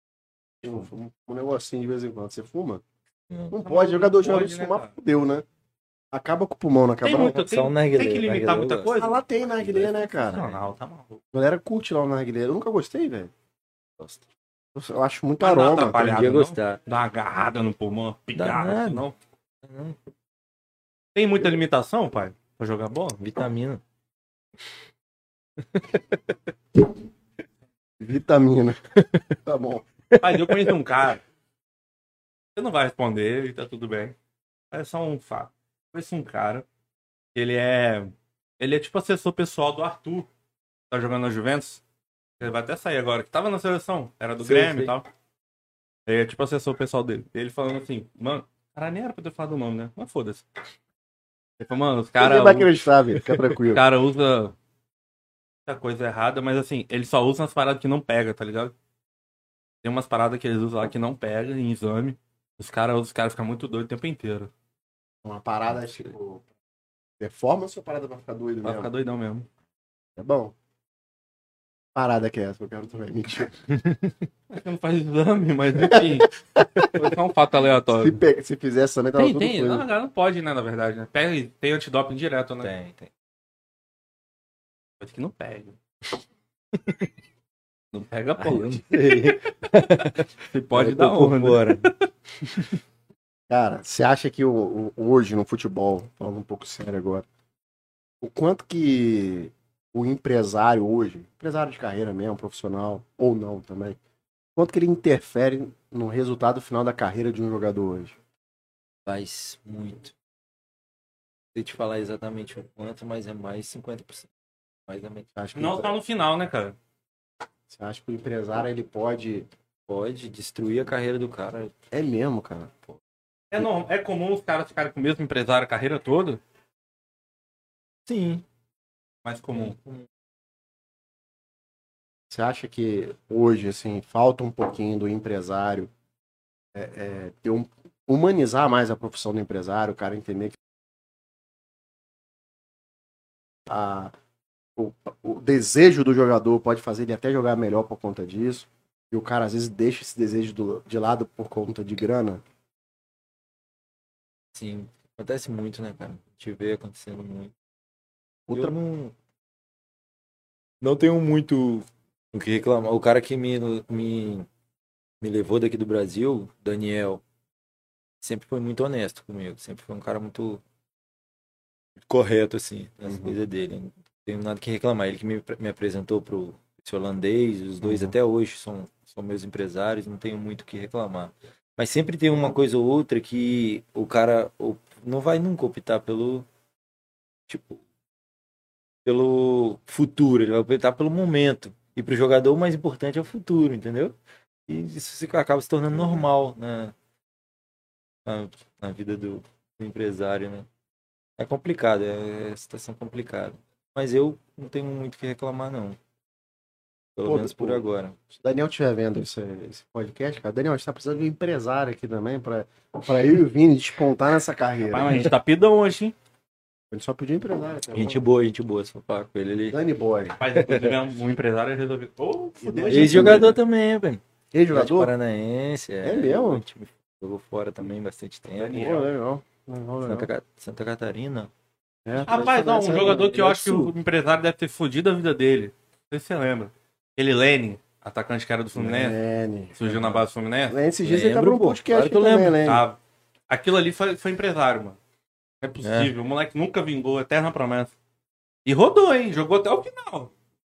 Eu fumo um negocinho de vez em quando. Você fuma? Não. Não pode. Jogador de pode, jogador de né, fumar, cara? fudeu, né? Acaba com o pulmão, não acaba Tem não? muito, Só um tem narguilé, que limitar narguilé muita eu coisa? Ah, lá tem narguilé, né, cara? Não, tá maluco. A galera curte lá o narguilé. Eu nunca gostei, velho. Gosto. Eu acho muito Mas não aroma. atrapalha. Podia não? gostar. Dá uma agarrada no pulmão, uma pigada, nada. assim, não. Não, Tem muita limitação, pai? Pra jogar bola? vitamina. Vitamina. Tá bom. Mas eu conheço um cara. Você não vai responder e tá tudo bem. É só um fato. Eu conheço um cara. Ele é tipo assessor pessoal do Arthur. Tá jogando na Juventus. Ele vai até sair agora. Que tava na seleção. Era do Sei, Grêmio sei. e tal. Ele é tipo assessor pessoal dele. Ele falando assim, mano. Cara, nem era pra ter falado o nome, né? Mas foda-se. Ele falou, mano, os Ninguém caras. vai acreditar, velho. Fica O tranquilo. cara usa muita coisa errada, mas assim, ele só usa umas paradas que não pega, tá ligado? Tem umas paradas que eles usam lá que não pega em exame. Os caras ficam muito doidos o tempo inteiro. Uma parada, tipo... Performance ou parada pra ficar doido Vai mesmo? ficar doidão mesmo. É bom. Parada que é essa? Eu quero também. Mentira. Você não faz exame, mas enfim. Foi só um fato aleatório. Se fizesse também, tava Tem, tudo tem. fluido. Não, não pode, né, na verdade, né? Pega, tem antidoping direto, né? Tem. Coisa que não pega. Não pega, Aí eu não pode. sei. Se pode Eu dar tô por honra. fora. Cara, você acha que hoje no futebol, falando um pouco sério agora, o quanto que o empresário hoje, empresário de carreira mesmo, profissional, ou não também, quanto que ele interfere no resultado final da carreira de um jogador hoje? Faz muito. Não sei te falar exatamente o quanto, mas é mais 50%. Mais da metade. Você acha que, Não só no final, né, cara? você acha que o empresário ele pode... Pode destruir a carreira do cara. É mesmo, cara. É comum os caras ficarem com o mesmo empresário a carreira toda? Sim. Mais comum. Você acha que hoje, assim, falta um pouquinho do empresário humanizar mais a profissão do empresário, o cara entender que o, o desejo do jogador pode fazer ele até jogar melhor por conta disso, e o cara às vezes deixa esse desejo de lado por conta de grana? Sim. Acontece muito, né, cara? A gente vê acontecendo muito. Outra- Eu não tenho muito o que reclamar. O cara que me levou daqui do Brasil, Daniel, sempre foi muito honesto comigo. Sempre foi um cara muito correto, assim, nas coisas dele. Não tenho nada que reclamar. Ele que me apresentou pro esse holandês, os dois até hoje são meus empresários, não tenho muito o que reclamar. Mas sempre tem uma coisa ou outra que o cara não vai nunca optar tipo, pelo futuro, ele vai optar pelo momento. E pro jogador o mais importante é o futuro, entendeu? E isso acaba se tornando normal na vida do empresário, né? É complicado, é situação complicada. Mas eu não tenho muito o que reclamar, não. Pelo menos por agora. Se o Daniel estiver vendo esse podcast, cara, Daniel, a gente tá precisando de um empresário aqui também pra eu e o Vini despontar nessa carreira. Mas a gente tá pidão hoje, hein? Ele só pediu empresário. Tá bom? Gente boa, se for falar com ele. Danny Boy. Mas inclusive um empresário resolveu. Ô, fudeu. Ex-jogador também, velho. Ex-jogador? Paranaense. É mesmo? O time jogou fora também bastante tempo. Pô, legal. Santa Catarina. Rapaz, não, um jogador que eu acho que o empresário deve ter fudido a vida dele. Não sei se você lembra. Aquele Lene, atacante que era do Fluminense. Lene. Surgiu na base do Fluminense. Lene, esses dias ele tava Lembro, no pô. podcast Claro que eu também, lembro. Lene. Tá. Aquilo ali foi empresário, mano. Não é possível. O moleque nunca vingou, eterna promessa. E rodou, hein? Jogou até o final.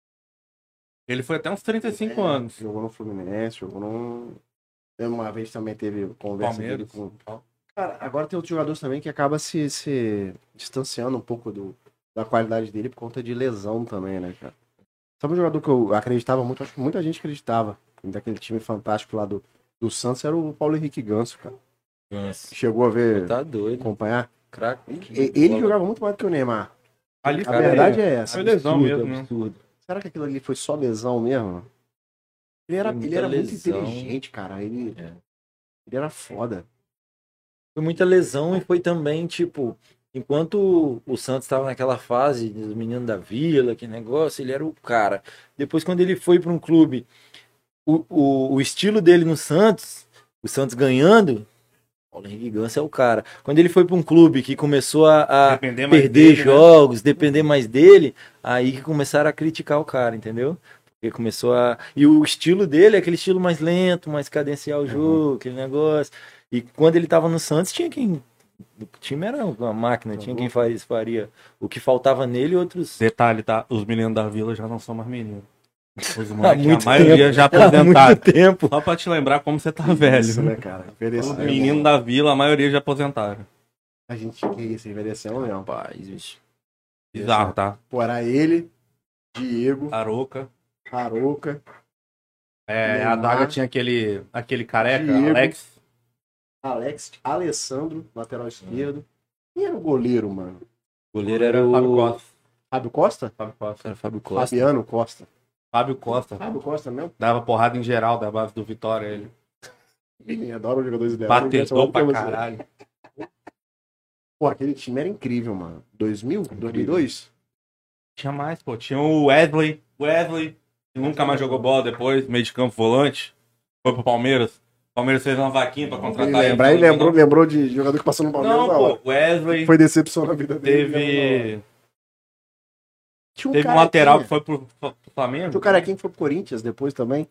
Ele foi até uns 35 anos. Jogou no Fluminense, jogou no... Uma vez também teve conversa dele Palmeiras. com... Cara, agora tem outros jogadores também que acaba se distanciando um pouco da qualidade dele por conta de lesão também, né, cara? Sabe um jogador que eu acreditava muito, acho que muita gente acreditava, daquele time fantástico lá do Santos, era o Paulo Henrique Ganso, cara. Nossa. Chegou a ver, Tá doido. acompanhar? Craque. Ele jogava muito mais do que o Neymar. Ali A verdade é essa. Foi lesão mesmo, né? Absurdo. Será que aquilo ali foi só lesão mesmo? Ele era Foi muita muito lesão. inteligente, cara. Ele era foda. Foi muita lesão e foi também, tipo, enquanto o Santos estava naquela fase dos meninos da Vila, que negócio, ele era o cara. Depois, quando ele foi para um clube, o estilo dele no Santos, o Santos ganhando, Paulo Henrique Ganso é o cara. Quando ele foi para um clube que começou a Depender mais perder dele, né? jogos, depender mais dele, aí que começaram a criticar o cara, entendeu? Porque começou a... E o estilo dele é aquele estilo mais lento, mais cadenciar o jogo, aquele negócio. E quando ele tava no Santos, tinha quem... O time era uma máquina, tinha quem faria o que faltava nele e outros... Detalhe, tá? Os meninos da Vila já não são mais meninos. Os Há moleques, muito a maioria já Há aposentaram. muito tempo. Só pra te lembrar como você tá velho. Isso, né, cara? Os Envelheceu. meninos da Vila, a maioria já aposentaram. A gente que isso, envelheceu mesmo. Rapaz, bicho. Bizarro, tá? Pô, era ele, Diego, Aroca. Arouca, É, Neymar. a Daga tinha aquele careca, Diego. Alex. Alessandro, lateral esquerdo. Quem era o goleiro, mano? O goleiro era Fábio o... Costa. Fábio Costa? Fábio Costa. Era Fábio Costa. Fabiano Costa. Fábio Costa. Fábio Costa mesmo? Dava porrada em geral da base do Vitória, ele. Ele adora os jogadores ideais. Batedor pra caralho. Pô, aquele time era incrível, mano. 2000? 2002? Tinha mais, pô. Tinha o Wesley, que nunca mais jogou bola depois, meio de campo volante. Foi pro Palmeiras. O Palmeiras fez uma vaquinha pra contratar Ele lembrou de jogador que passou no Palmeiras Não, na hora. pô, Wesley Foi decepção na vida dele. Teve um lateral que foi pro Flamengo. Tinha o carequinho que foi pro Corinthians depois também.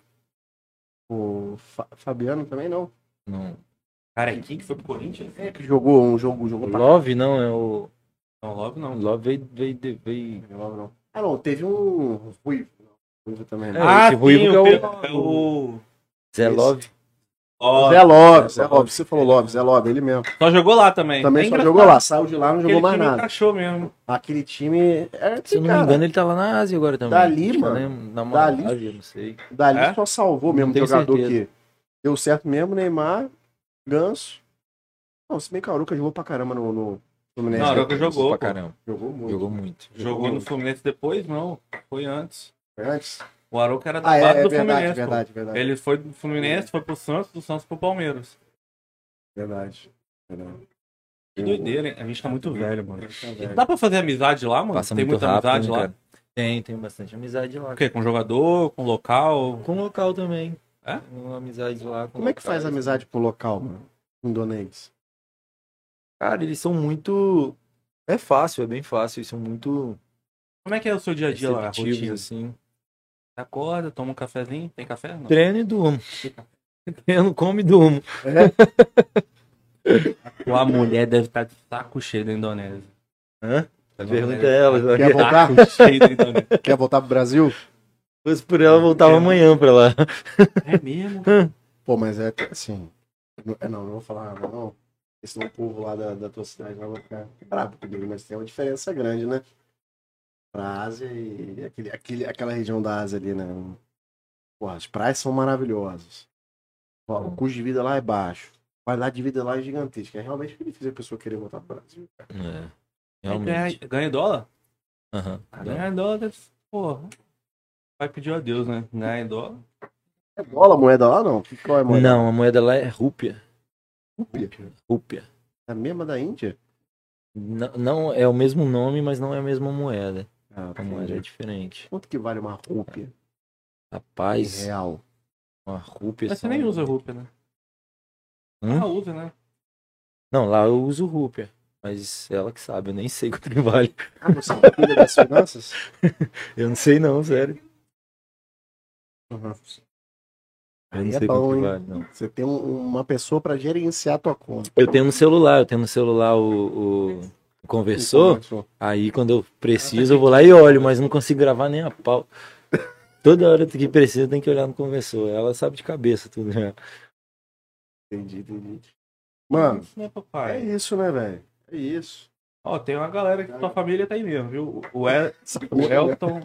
O Fabiano também não. Não. Carequinho que foi pro Corinthians? É, que jogou um jogo pra Love não, é o... Não, Love não. Love veio... não. Ah, não, teve um Ruivo. Ruivo também. Né? É, esse Ruivo que é o... Zé Love. Ó, Zé Love. Você falou Love, Zé Love, ele mesmo. só jogou lá também. Também É só engraçado. jogou lá, saiu de lá, não Aquele jogou mais time nada. encaixou mesmo. Aquele time. Se eu não me engano, ele tá lá na Ásia agora também. Dali, Acho que mano. Na Dali. Malásia, não sei. Dali É? só salvou Não mesmo o tenho jogador certeza. que deu certo mesmo, Neymar, Ganso Não, se bem que o Arouca jogou pra caramba no Fluminense. Não, o Arouca Jogou jogou, pra pô. caramba. Jogou muito. Jogou muito. Jogou no Fluminense depois? Não, foi antes. Foi antes? O Arouca era da Ah, base é do verdade, Fluminense, verdade, pô. verdade. Ele foi do Fluminense, foi pro Santos, do Santos pro Palmeiras. Verdade. Que doideira, hein? A gente tá muito velho, mano. Tá velho. Dá pra fazer amizade lá, mano? Passa Tem muito muita rápido, amizade né, lá? cara? Tem bastante amizade lá. O quê? Com jogador, com local? Com o local também. É? Uma amizade lá. Com Como é que faz locais. amizade com o local, mano? Indonês. Cara, eles são muito... É fácil, é bem fácil. Eles são muito Como é que é o seu dia a dia lá? receptivos, Rotina? assim. Você acorda, toma um cafezinho? Tem café? Não. Treino e durmo. Treino, come e durmo. Tua mulher deve estar de saco cheio da Indonésia. Hã? Pergunta ela. Quer voltar? Saco cheio da Indonésia. Quer voltar pro Brasil? Se fosse por ela, eu voltava amanhã pra lá. É mesmo? Pô, mas é assim. Não vou falar nada, não. Porque senão o povo lá da tua cidade vai ficar bravo comigo, mas tem uma diferença grande, né? Pra Ásia e aquela região da Ásia ali, né? Pô, as praias são maravilhosas. Ó, o custo de vida lá é baixo. A qualidade de vida lá é gigantesca. É realmente difícil a pessoa querer voltar pro Brasil. É, realmente. Ganha dólar? Aham. Ganhar dólar, porra. Vai pedir a Deus, né? Ganhar em dólar. É dólar a moeda lá, não? Qual é a moeda? Não, a moeda lá é rúpia. Rúpia. Rúpia. É a mesma da Índia? Não é o mesmo nome, mas não é a mesma moeda. Ah, A moeda é entendi. diferente. Quanto que vale uma rúpia em Rapaz, real? uma rúpia. Mas você nem usa rúpia, né? Hum? Ah, usa, né? Não, lá eu uso rúpia. Mas ela que sabe, eu nem sei quanto que vale. Ah, você cuida das finanças? Eu não sei não, sério. Uhum. Eu Aí não é sei bom, quanto que hein? vale, não. Você tem uma pessoa pra gerenciar a tua conta. Eu tenho no celular o conversor. Aí quando eu preciso, eu vou lá e olho, mas não consigo gravar nem a pau. Toda hora que precisa tem que olhar no conversor. Ela sabe de cabeça tudo já. Entendi. Mano, Isso não é é papai. isso, né, velho? É isso. Ó, tem uma galera que tua família tá aí mesmo, viu? O Elton.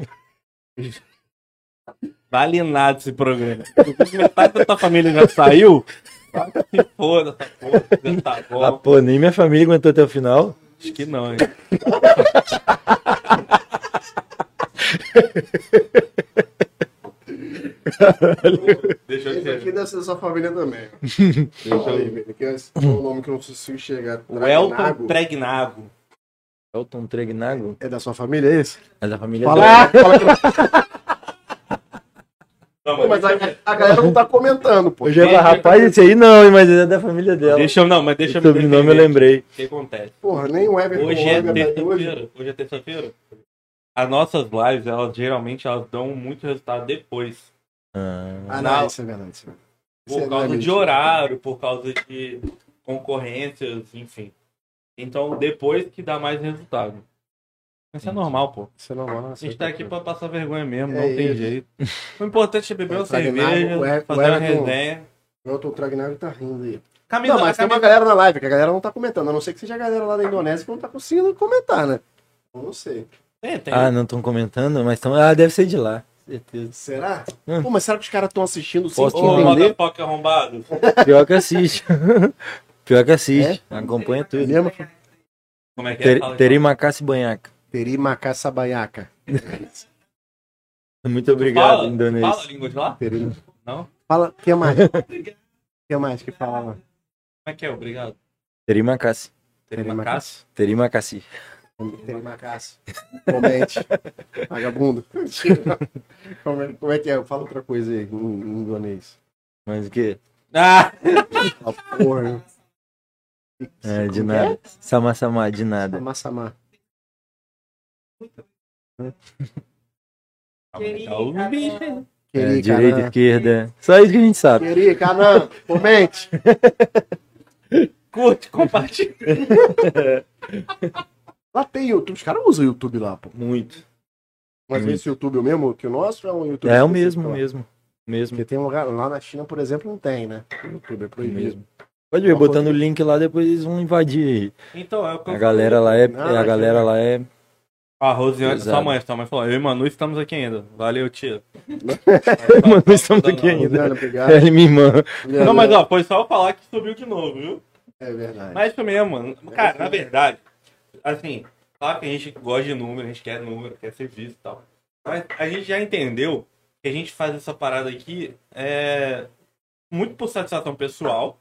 Vale nada esse programa. Metade da tua família já saiu. Vai que se foda, essa porra. Já tá bom. Ah, pô, nem minha família aguentou até o final. Acho que não, hein? Deixa eu Esse ver. aqui deve ser da sua família também. Deixa eu Aí, ver. velho. Aqui é um nome que eu não consigo enxergar. O Elton Tragnago. Tregnago. Elton Tregnago. É da sua família, é esse? É da família Fala, dela. Não, Pô, mas a galera não tá comentando, pô. Eu já ia falar, rapaz, esse aí não, mas é da família dela. Deixa eu me O sobrenome eu defender. lembrei. O que acontece? Porra, nem o Everton Hoje é Holanda tá aí terça-feira. Hoje é terça-feira. As nossas lives, elas geralmente dão muito resultado depois. Ah, Não. não, isso é verdade. Isso é verdade. Isso Por é causa de mentira. horário, por causa de concorrências, enfim. Então, depois que dá mais resultado. Isso é normal, pô. Isso é normal, A gente tá aqui pra passar vergonha mesmo, É não tem isso. jeito. O importante é beber uma Tragnago, cerveja, o fazer uma Everton- resenha. O Elton Tragnago tá rindo aí. Camisa, Não, mas tem camisa- uma galera na live que a galera não tá comentando. A não ser que seja a galera lá da Indonésia que não tá conseguindo comentar, né? Eu não sei. Tem. Ah, não estão comentando, mas estão. Ah, deve ser de lá. Certeza. Será? Hum. Pô, mas será que os caras estão assistindo sem Posso te te Ô, entender? motherfucker arrombado. Pior que assiste. Pior que assiste. Acompanha tudo. Mesmo? Como é que é? Fala aí. Terimacassi Banhaca. Terimacá Sabanhaca. Muito obrigado, Fala a Indonésia. língua de lá? Terim... Não? Fala, o que mais? O que mais que fala? Como é que é? Obrigado. Terimacassi. Terimacassi? Terimacassi. Terimacassi. Comente. Vagabundo. Como é que é? Fala outra coisa aí em indonês. Mas o quê? Ah! Ah, porra. É, de Como que é? nada. Sama-sama, de nada. Sama-sama. O bicho aí. É, Querica, direita, né? esquerda. Só isso que a gente sabe. Querica, não. Comente. Curte, compartilha. Lá tem YouTube. Os caras usam o YouTube lá, pô. Muito. Mas Muito. esse YouTube é o mesmo que o nosso ou é um YouTube É o específico mesmo, lá? mesmo. Mesmo. Porque tem um lugar, lá na China, por exemplo, não tem, né? O YouTube é proibido. Mesmo. Pode ver, botando o link lá, depois eles vão invadir. Então, é o que eu A galera lá é. Não, A galera lá é. A Rosiane, Pesado. sua mãe falou, eu e Manu estamos aqui ainda. Valeu, tia. Mano, estamos aqui ainda. Juliana, obrigado. Ela e minha irmã. Não, mas ó, foi só eu falar que subiu de novo, viu? É verdade. Mas isso mesmo, mano. Cara, na verdade, assim, claro que a gente gosta de número, a gente quer número, quer ser visto e tal. Mas a gente já entendeu que a gente faz essa parada aqui muito por satisfação pessoal.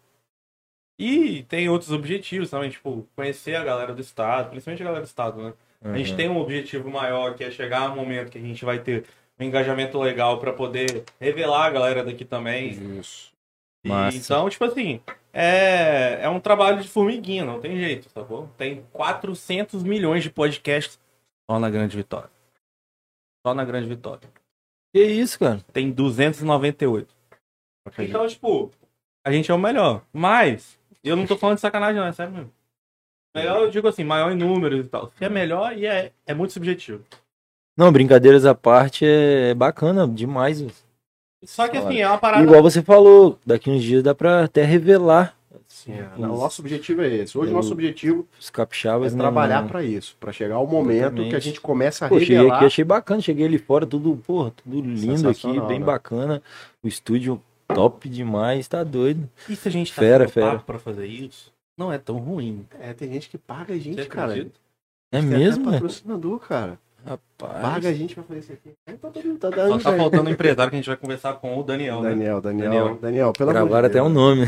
E tem outros objetivos também, tipo, conhecer a galera do estado, principalmente a galera do estado, né? A gente tem um objetivo maior, que é chegar um momento que a gente vai ter um engajamento legal pra poder revelar a galera daqui também. Isso. Massa. Então, tipo assim, é um trabalho de formiguinha, não tem jeito, tá bom? Tem 400 milhões de podcasts só na Grande Vitória. Só na Grande Vitória. Que isso, cara? Tem 298. Então, tipo, a gente é o melhor. Mas, eu não tô falando de sacanagem, não, é sério mesmo. Melhor, eu digo assim, maior em números e tal. Se é melhor, e é muito subjetivo. Não, brincadeiras à parte, é bacana demais. Só que assim, é uma parada. Igual você falou, daqui uns dias dá pra até revelar. O nosso objetivo é esse. Hoje o nosso objetivo Os é capixabas, né, trabalhar mano? para isso, para chegar o momento Exatamente. que a gente começa a Pô, cheguei revelar. aqui, achei bacana. Cheguei ali fora, tudo, porra, tudo lindo aqui, Sensacional, bem né? bacana. O estúdio top demais, tá doido. E se a gente tá Fera, sendo fera. pago pra fazer isso, não é tão ruim. Tem gente que paga a gente, Você cara. acredita? É Tem até mesmo, né? patrocinador, cara. Rapaz. Paga a gente pra fazer isso aqui. Tá Só dando tá bem. faltando um empresário que a gente vai conversar com o Daniel, né? Daniel, pelo amor Gravaram de até Deus. um nome.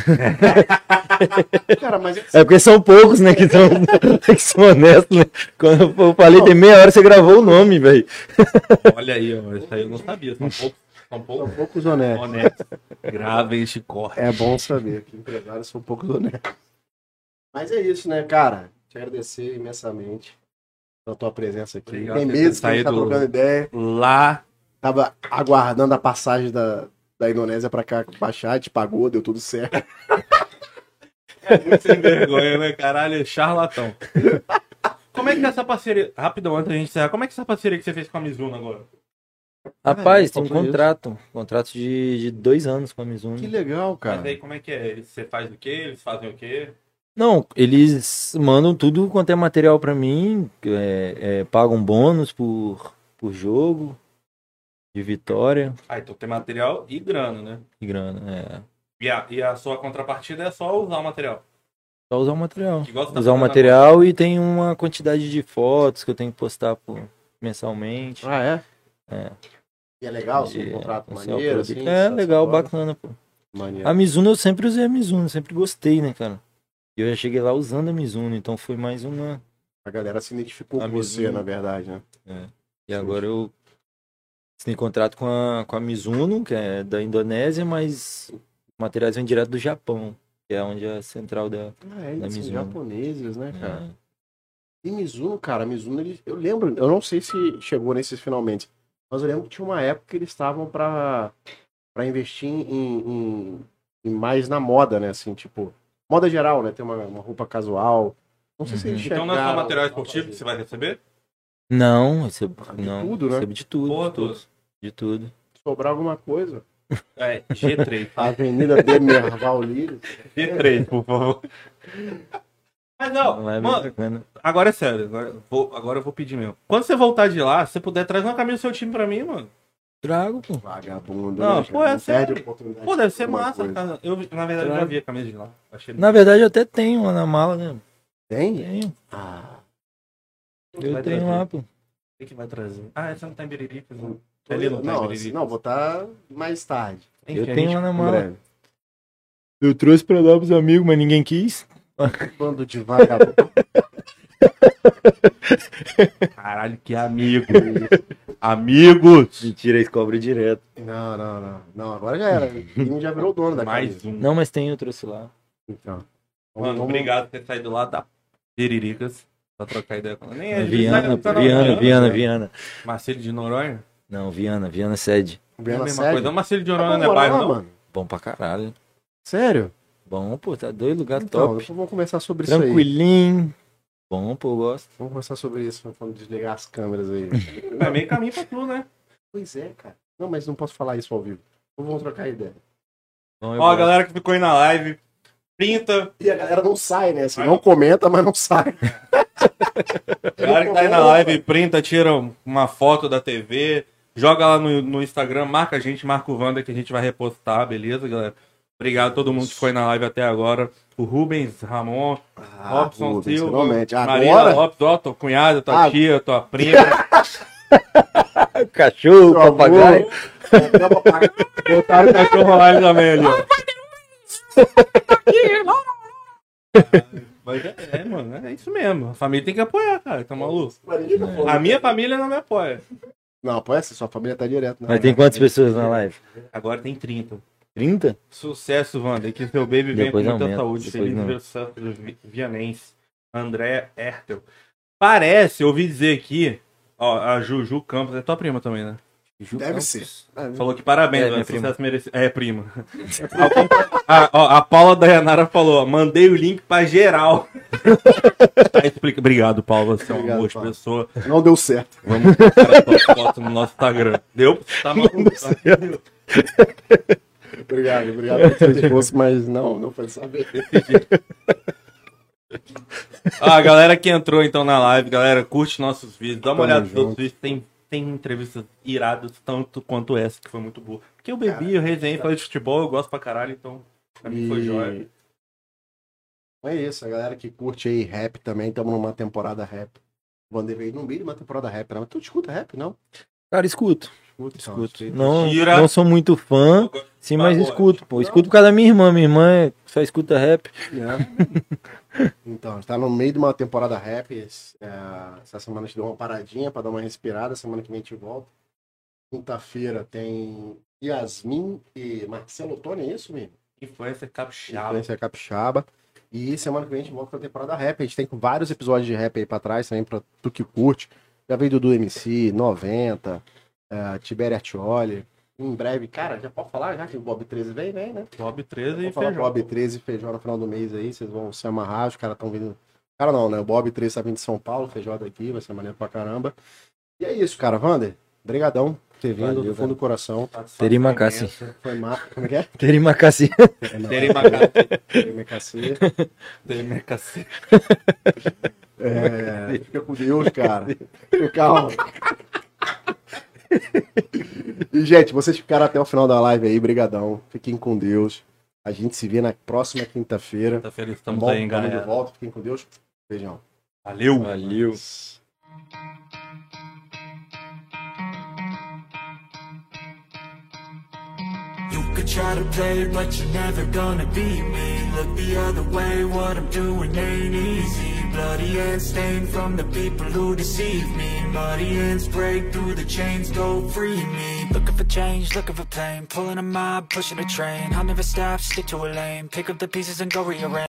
Cara, mas É porque são poucos, né, que são honestos, né? Quando eu falei, tem meia hora você gravou o nome, velho. Olha aí, ó, isso aí eu não sabia. São são poucos poucos honestos. honestos. Gravem este corte. É bom saber que empresários são poucos honestos. Mas é isso, né, cara? Te agradecer imensamente pela tua presença aqui. Obrigado Tem por ter meses que a gente tá saído trocando ideia. Lá. Tava aguardando a passagem da Indonésia pra cá baixar, te pagou, deu tudo certo. Muito sem vergonha, né, caralho? Charlatão. Como é que é essa parceria? Rapidão, antes da gente encerrar, como é que é essa parceria que você fez com a Mizuno agora? Rapaz, tem um qual foi contrato de 2 anos com a Mizuno. Que legal, Mas cara. aí como é que é? Você faz o quê? Eles fazem o quê? Não, eles mandam tudo quanto é material pra mim, pagam bônus por jogo, de vitória Ah, então tem material e grana, né? e grana. E a sua contrapartida é só usar o material. Só usar o material. Igual você tá Usar o fazendo material e tem uma quantidade de fotos que eu tenho que postar mensalmente. Ah, é? É. E é legal, assim, um E, contrato assim, maneiro, ó, assim. legal, satisfatório. bacana, pô. Maneiro. A Mizuno, eu sempre usei a Mizuno, sempre gostei, né, cara? E eu já cheguei lá usando a Mizuno, então foi mais uma... A galera se identificou A com você, Mizuno. na verdade, né? E agora eu tenho contrato com a Mizuno, que é da Indonésia, mas os materiais vêm direto do Japão, que é onde é a central da... Eles são Mizuno. japoneses, né, cara? É. E Mizuno, cara, Mizuno, eu lembro, eu não sei se chegou nesses finalmente, mas eu lembro que tinha uma época que eles estavam pra investir em mais na moda, né, assim, tipo, moda geral, né, ter uma roupa casual. Não sei se eles Então não é só chegaram material a esportivo que fazer. você vai receber? Não, recebo, não, tudo, né? recebo de tudo, Porra, de tudo, todos. de tudo. Sobrar alguma coisa. É, G3. A Avenida Demerval Lírio. G3, por favor. Mas não, Não é bem mano, bacana. agora é sério. Agora eu vou pedir mesmo. Quando você voltar de lá, se você puder, traz uma camisa do seu time pra mim, mano. Trago, pô. Vagabundo. Não, né, pô, cara? é Não sério. perde a oportunidade Pô, deve de ser alguma massa, coisa. cara. Eu, na verdade, já vi a camisa de lá. Achei Na verdade, eu até tenho lá na mala, né? Tem? Tenho. Ah. Eu vai tenho trazer? lá, pô. O que vai trazer? Ah, essa não tá em Biririca, não. Tô- Ali não tá em Não, Biririca. não, vou estar mais tarde. Enfim, Eu a tenho gente- lá na Em mala. breve. Eu trouxe pra dar pros amigos, mas ninguém quis. Bando de vagabundo. Caralho, que amigo. Amigos! Mentira, eles cobram direto. Não, agora já era. O time já virou o dono da Mais camisa. um. Não, mas tem, eu trouxe lá. Então. Mano, obrigado por ter saído lá da Biriricas pra trocar ideia com ela. Nem é Viana, tá Viana. Marcelo de Noronha? Não, Viana sede. É a Viana mesma sede? coisa. Marcelo de Tá Noronha bom, não é bora bairro, lá, não? mano. Bom pra caralho. Sério? Bom, pô, tá doido, lugar Então, top. depois vamos conversar sobre isso aí. Tranquilinho. Bom, pô, eu gosto. Vamos conversar sobre isso quando desligar as câmeras aí. É meio caminho pra tu, né? Pois é, cara. Não, mas não posso falar isso ao vivo. Então vamos trocar ideia. Bom, eu Ó, a gosto. galera que ficou aí na live, printa. E a galera não sai, né? Assim, não comenta, mas não sai. A galera que tá aí na live, printa, tira uma foto da TV, joga lá no Instagram, marca a gente, marca o Wanda que a gente vai repostar, beleza, galera? Obrigado a todo mundo que foi na live até agora. O Rubens, Ramon, Robson Rubens, Silva, finalmente. Maria Agora? Lopes, ó, tua cunhada, tua tia, tua prima. Cachorro, Meu papagaio. Botaram o cachorro lá também ali, ó. Mas mano, é isso mesmo. A família tem que apoiar, cara. Tá maluco? A minha família não me apoia. Não, apoia sua família tá direto. Né? Mas tem quantas pessoas na live? Agora tem 30. 30? Sucesso, Wander. Que seu baby venha com Depois muita aumenta, saúde. depois Feliz não. aniversário do Vianense. André Hertel. Parece, eu ouvi dizer aqui, ó, a Juju Campos, é tua prima também, né? Deve ser. Falou que parabéns, minha sucesso merecido. É, prima. A Paula Dayanara falou, ó, mandei o link pra geral. Tá, explica. Obrigado, Paula, você é um Obrigado, amor de Paula. pessoa. Não deu certo. Vamos colocar a tua foto no nosso Instagram. Deu? Tá maluco? Obrigado por seu esforço, mas não foi saber. Ah, a galera que entrou então na live, galera, curte nossos vídeos, dá uma Tamo olhada nos junto. nossos vídeos, tem entrevistas iradas tanto quanto essa, que foi muito boa. Porque eu bebi, eu resenhei, falei de futebol, eu gosto pra caralho, então pra mim foi jóia. É isso, a galera que curte aí rap também, estamos numa temporada rap. O Wander veio no meio de uma temporada rap, não. Tu escuta rap, não? Cara, escuto. Escuta. Não, Tira. não sou muito fã, sim, mas Pagode. escuto, pô. Escuto por causa da minha irmã. Minha irmã só escuta rap. Então, a gente tá no meio de uma temporada rap. Essa semana a gente deu uma paradinha pra dar uma respirada. Semana que vem a gente volta. Quinta-feira tem Yasmin e Marcelo Tony, é isso, menino? Influencer capixaba. Influência capixaba. E semana que vem a gente volta pra temporada rap. A gente tem vários episódios de rap aí pra trás também, pra tu que curte. Já veio Dudu MC, 90, Tibério Artioli. Em breve, cara, já pode falar já que o Bob 13 vem, né? Bob 13 Vou e falar feijão. Bob 13 e Feijó no final do mês aí, vocês vão se amarrar, os caras estão vindo. Cara, não, né? O Bob 13 tá vindo de São Paulo, Feijó daqui, vai ser maneiro pra caramba. E é isso, cara. Wander, brigadão por ter vindo Valeu, do fundo do coração. Terimacassi. Foi como é que é? Terimacassi. Terimacassi. Terimacassi. Fica com Deus, cara. Calma. E, gente, vocês ficaram até o final da live aí, brigadão. Fiquem com Deus. A gente se vê na próxima quinta-feira. Quinta-feira estamos Bom, aí, tamo de galera. volta. Fiquem com Deus. Beijão. Valeu. Valeu. You could try to play, but you're never gonna beat me. Look the other way, what I'm doing ain't easy. Bloody hands stained from the people who deceive me. Muddy hands break through the chains, go free me. Looking for change, looking for pain. Pulling a mob, pushing a train. I'll never stop, stick to a lane. Pick up the pieces and go rearrange.